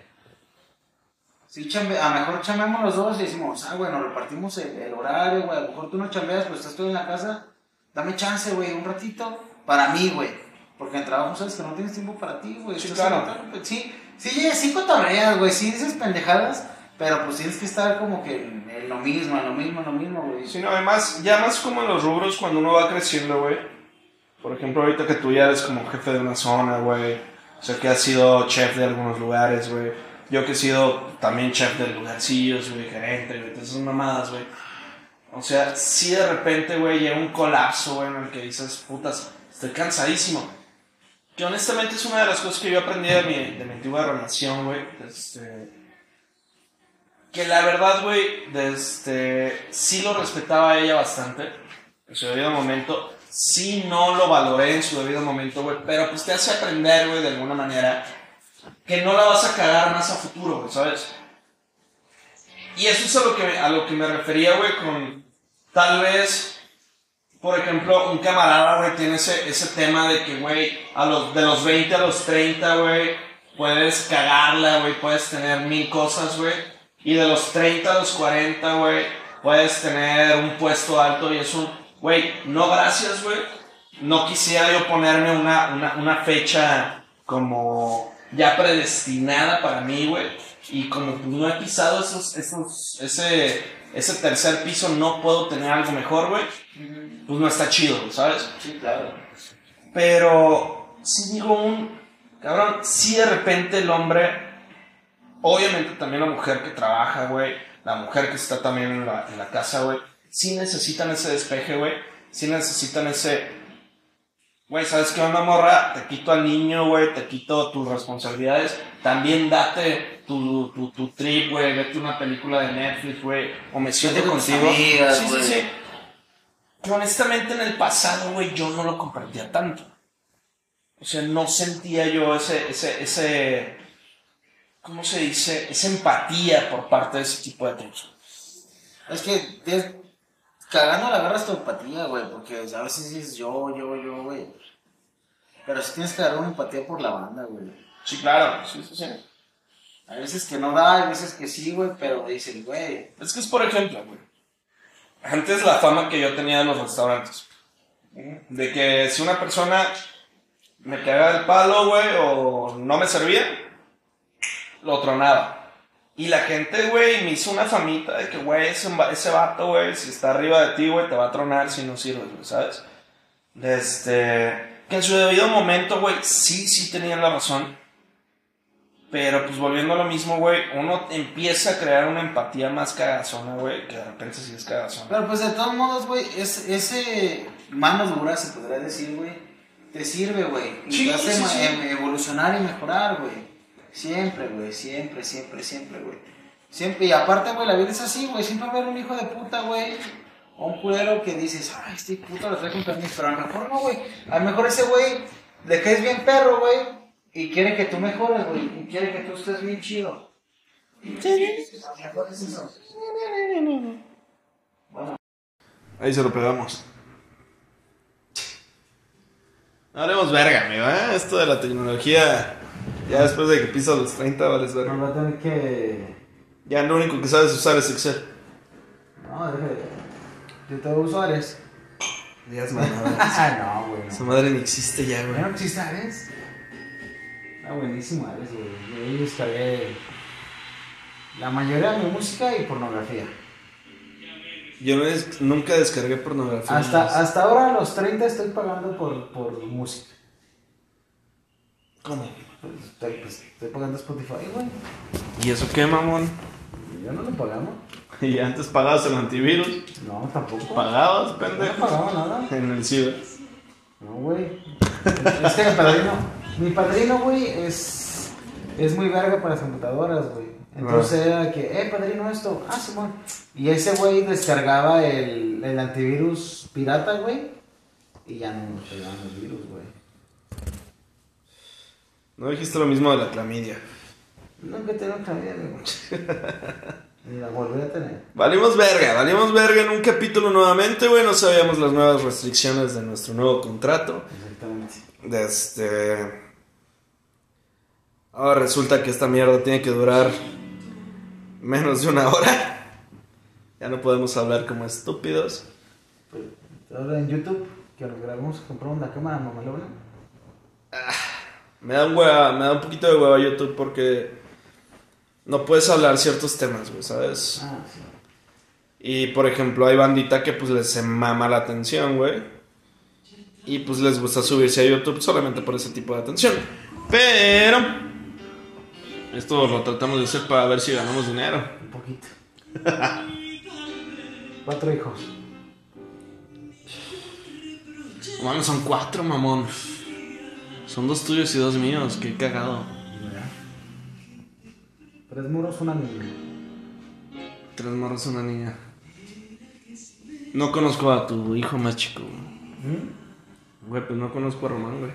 Si chambe, a lo mejor chambeamos los dos y decimos, ah, bueno, repartimos el, el horario, güey. A lo mejor tú no chambeas, pues estás todo en la casa. Dame chance, güey, un ratito. Para mí, güey. Porque en el trabajo sabes que no tienes tiempo para ti, güey. Sí, Estás claro. en el trabajo, pues, sí, sí, sí cotorreas, güey. Sí dices pendejadas. Pero pues tienes que estar como que en, en lo mismo, en lo mismo, en lo mismo, güey. Sí, no, además, ya más como en los rubros cuando uno va creciendo, güey. Por ejemplo, ahorita que tú ya eres como jefe de una zona, güey. O sea, que has sido chef de algunos lugares, güey. Yo que he sido también chef de lugarcillos, güey, gerente, güey. Todas esas mamadas, güey. O sea, sí de repente, güey, llega un colapso, güey, en el que dices, putas, estoy cansadísimo. Que honestamente es una de las cosas que yo aprendí de mi, de mi antigua relación, güey. Este, que la verdad, güey, este, sí lo respetaba a ella bastante. En su debido momento. Sí no lo valoré en su debido momento, güey. Pero pues te hace aprender, güey, de alguna manera. Que no la vas a cagar más a futuro, güey, ¿sabes? Y eso es a lo que, a lo que me refería, güey, con tal vez, por ejemplo, un camarada, güey, tiene ese, ese tema de que, güey, a los, de los veinte a los treinta, güey, puedes cagarla, güey, puedes tener mil cosas, güey. Y de los treinta a los cuarenta, güey, puedes tener un puesto alto y es un, güey, no gracias, güey. No quisiera yo ponerme una, una, una fecha como ya predestinada para mí, güey. Y como pues, no he pisado esos, esos, ese, ese tercer piso, no puedo tener algo mejor, güey. Pues no está chido, ¿sabes? Sí, claro. Pero si digo un... Cabrón, si de repente el hombre... Obviamente también la mujer que trabaja, güey. La mujer que está también en la, en la casa, güey. Sí necesitan ese despeje, güey. Sí necesitan ese... Güey, ¿sabes qué onda, morra? Te quito al niño, güey, te quito tus responsabilidades. También date tu, tu, tu trip, güey, vete una película de Netflix, güey. O me siento Vete con tus contigo. amigas, sí, güey. sí, sí. Pero honestamente en el pasado, güey, yo no lo compartía tanto. O sea, no sentía yo ese, ese, ese, ¿cómo se dice? Esa empatía por parte de ese tipo de cosas. Es que te, cagando la agarras tu empatía, güey, porque a veces dices yo, yo, yo, güey. Pero sí tienes que agarrar una empatía por la banda, güey. Sí, claro, sí, sí, sí. Hay veces que no da, hay veces que sí, güey, pero dicen, güey. Es que es por ejemplo, güey. Antes la fama que yo tenía de los restaurantes. De que si una persona me cagaba el palo, güey, o no me servía, lo tronaba. Y la gente, güey, me hizo una famita de que, güey, ese, ese vato, güey, si está arriba de ti, güey, te va a tronar si no sirves, güey, ¿sabes? Este... Que en su debido momento, güey, sí, sí tenían la razón. Pero, pues, volviendo a lo mismo, güey, uno empieza a crear una empatía más cagazona, güey, que de repente sí es cagazona. Pero pues de todos modos, güey, es, ese mano dura, se podría decir, güey, te sirve, güey. Y Sí, te hace sí, ma- sí. em- evolucionar y mejorar, güey. Siempre, güey, siempre, siempre, siempre, güey. Siempre, y aparte, güey, la vida es así, güey. Siempre va a haber un hijo de puta, güey. O un culero que dices, ay, este puto lo trae con permiso. Pero a lo mejor no, güey. A lo mejor ese güey le caes bien perro, güey, y quiere que tú mejores, güey, y quiere que tú estés bien chido. Bueno. Ahí se lo pegamos. Haremos verga, amigo, ¿eh? Esto de la tecnología, ya después de que pisas los treinta, vales verga. No va a tener que... Ya lo único que sabes usar es Excel. No, déjame. Yo te uso Ares. Días mamadas. No, güey. Esa madre ni existe ya, güey. ¿Ya no existe Ares? Está buenísimo Ares, güey. Yo ahí descargué la mayoría de mi música y pornografía. Yo no des- nunca descargué pornografía. Hasta, hasta ahora, a los treinta, estoy pagando por, por música. ¿Cómo? Pues, estoy, pues, estoy pagando Spotify, güey. ¿Y eso qué, mamón? Ya no lo pagamos. ¿Y antes pagabas el antivirus? No, tampoco. ¿Pagabas, No pendejo? pagaba nada. En el ciber. No, güey. Es que mi padrino, mi padrino, güey, es, es muy verga para las computadoras, güey. Entonces era que, eh, padrino, esto. Ah, Simón. Y ese güey descargaba el, el antivirus pirata, güey. Y ya no nos pegaban los virus, güey. No dijiste lo mismo de la clamidia. Nunca tengo clamidia, güey. Ni la volví a tener. Valimos verga, valimos verga en un capítulo nuevamente, güey. No sabíamos las nuevas restricciones de nuestro nuevo contrato. Exactamente. De este... Ahora resulta que esta mierda tiene que durar menos de una hora. Ya no podemos hablar como estúpidos. Pues, ahora en YouTube, que nos grabamos, compramos la cámara mamalona. Me da un hueva, me da un poquito de hueva YouTube porque no puedes hablar ciertos temas, güey, ¿sabes? Ah, sí. Y por ejemplo, hay bandita que pues les se mama la atención, güey. Y pues les gusta subirse a YouTube solamente por ese tipo de atención. Pero esto lo tratamos de hacer para ver si ganamos dinero. Un poquito. Cuatro hijos. No mames, son cuatro, mamón. Son dos tuyos y dos míos, qué cagado. Tres muros, una niña. Tres morros, una niña. No conozco a tu hijo más chico, güey. ¿Mm? Güey, pues no conozco a Román, güey.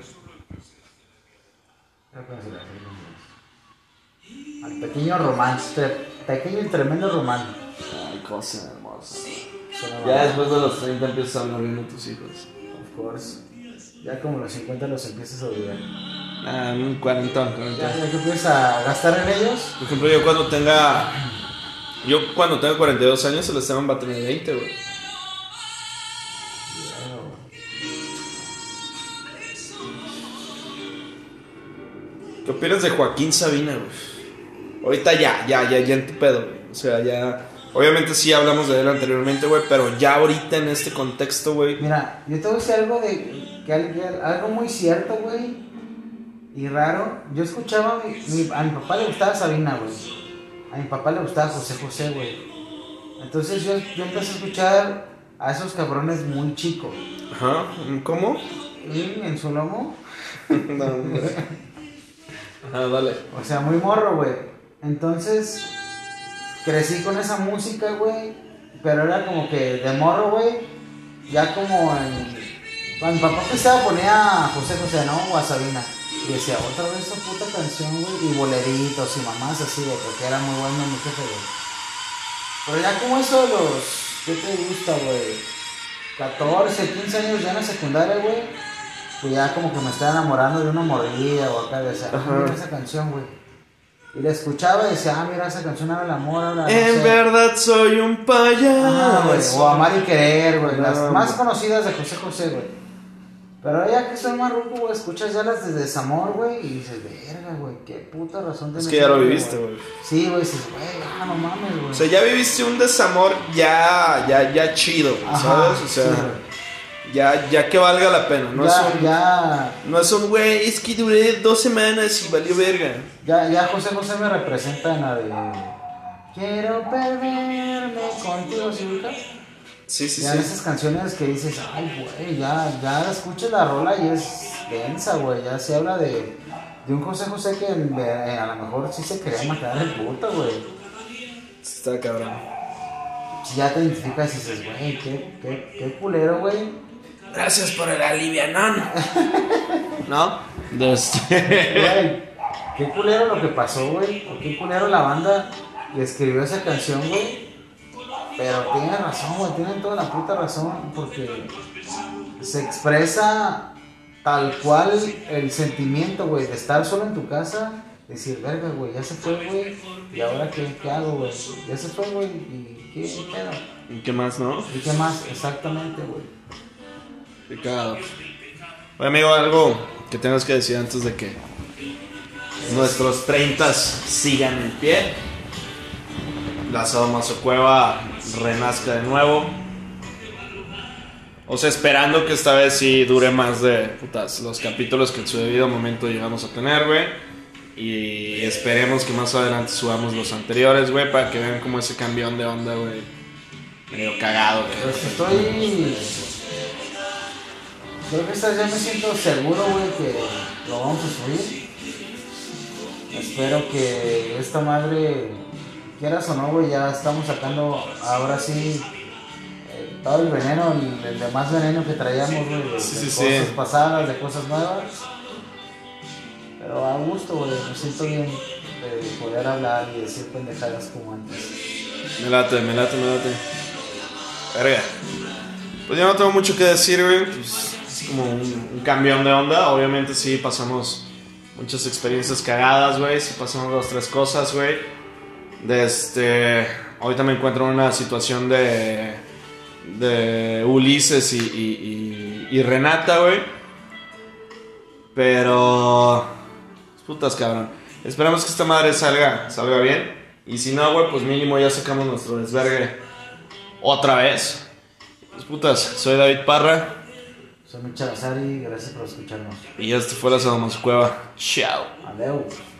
Al pequeño romance, pequeño y tremendo román. Ay, cosa hermosa. Suena Ya mal. después de los treinta empiezas a hablar bien de tus hijos. Of course. Ya como los cincuenta los empiezas a olvidar. Ah, un cuarentón, Ya, cuarentón. ya que empiezas a gastar en ellos. Por ejemplo, yo cuando tenga... Yo cuando tenga cuarenta y dos años, el Esteban va a tener veinte, güey. ¿Qué opinas de Joaquín Sabina, güey? Ahorita ya, ya, ya, ya en tu pedo, güey. O sea, ya... Obviamente sí hablamos de él anteriormente, güey, pero ya ahorita en este contexto, güey... Mira, yo te voy a decir algo de... Que, al- que al- algo muy cierto, güey. Y raro. Yo escuchaba... a mi, mi- a mi papá le gustaba Sabina, güey. A mi papá le gustaba José José, güey. Entonces yo, yo empecé a escuchar a esos cabrones muy chicos. Ajá, ¿cómo? Y en su lomo... No, hombre. Ajá, dale. O sea, muy morro, güey. Entonces, crecí con esa música, güey. Pero era como que de morro, güey. Ya como en... Cuando mi papá empezaba ponía a José José, ¿no? O a Sabina. Y decía, otra vez esa puta canción, güey. Y boleritos y mamás así, güey. Porque era muy bueno mi jefe, güey. Pero ya como eso de los... ¿Qué te gusta, güey? catorce, quince años ya en la secundaria, güey. Pues ya como que me estaba enamorando de una morrilla o acá, de esa, ah, mira esa canción, güey. Y la escuchaba y decía, ah, mira, esa canción habla de amor, habla de... En no sé. verdad soy un payaso. Ajá, güey, o Amar y Querer, güey, No, las güey. más conocidas de José José, güey. Pero ya que soy más ruco, güey, escuchas ya las de Desamor, güey, y dices, verga, güey, qué puta razón Es tenés, que ya lo güey, viviste, güey. Sí, güey, dices, güey, ah, no mames, güey. O sea, ya viviste un desamor ya, ya, ya chido, güey, Ajá, ¿sabes? O sea, sí, güey. ya, ya que valga la pena. No ya, es un, ya, no es un, güey, es que duré dos semanas y valió verga. ya, ya José José me representa en la de... Quiero perderme contigo, ¿sí, ubicas? Sí, sí, Ya sí. esas canciones que dices, ay, güey, ya, ya escuchas la rola y es densa, güey. Ya se habla de, de un José José que en- eh, a lo mejor sí se quería matar el puto, güey. Está cabrón. Si ya te identificas y dices, güey, qué, qué, qué culero, güey. Gracias por el alivianón. ¿No? De este... Güey, qué culero lo que pasó, güey. O qué culero la banda que escribió esa canción, güey. Pero tiene razón, güey. Tienen toda la puta razón. Porque se expresa tal cual el sentimiento, güey, de estar solo en tu casa. Decir, verga, güey, ya se fue, güey. ¿Y ahora qué, qué hago, güey? Ya se fue, güey. ¿Y qué pedo? ¿Y qué más, no? ¿Y qué más? Exactamente, güey. Qué cagado. Oye, amigo, algo que tengas que decir antes de que nuestros treintas sigan en pie. La Sadomasocueva renazca de nuevo. O sea, esperando que esta vez sí dure más de putas, los capítulos que en su debido momento llegamos a tener, güey. Y esperemos que más adelante subamos los anteriores, güey, para que vean como ese cambión de onda, güey. Medio cagado, güey. Pues estoy... Creo que esta vez ya me siento seguro, güey, que lo vamos a subir. Espero que esta madre, quieras o no, güey, ya estamos sacando ahora sí eh, todo el veneno, el, el demás veneno que traíamos, güey, de, Sí, de sí, cosas sí. pasadas, de cosas nuevas. Pero a gusto, güey, me siento bien de poder hablar y decir pendejadas como antes. Me late, me late, me late. Verga. Pues ya no tengo mucho que decir, güey. Pues es como un, un cambión de onda. Obviamente sí pasamos muchas experiencias cagadas, güey. Sí pasamos dos, tres cosas, güey. De este... Ahorita me encuentro en una situación de... De Ulises y, y, y, y Renata, güey. Pero... Putas, cabrón. Esperamos que esta madre salga, salga bien. Y si no, güey, pues mínimo ya sacamos nuestro desvergue otra vez. Pues putas, soy David Parra. Soy Micha Basari, gracias por escucharnos. Y este fue la Sadomasocueva. Chao. Adeu.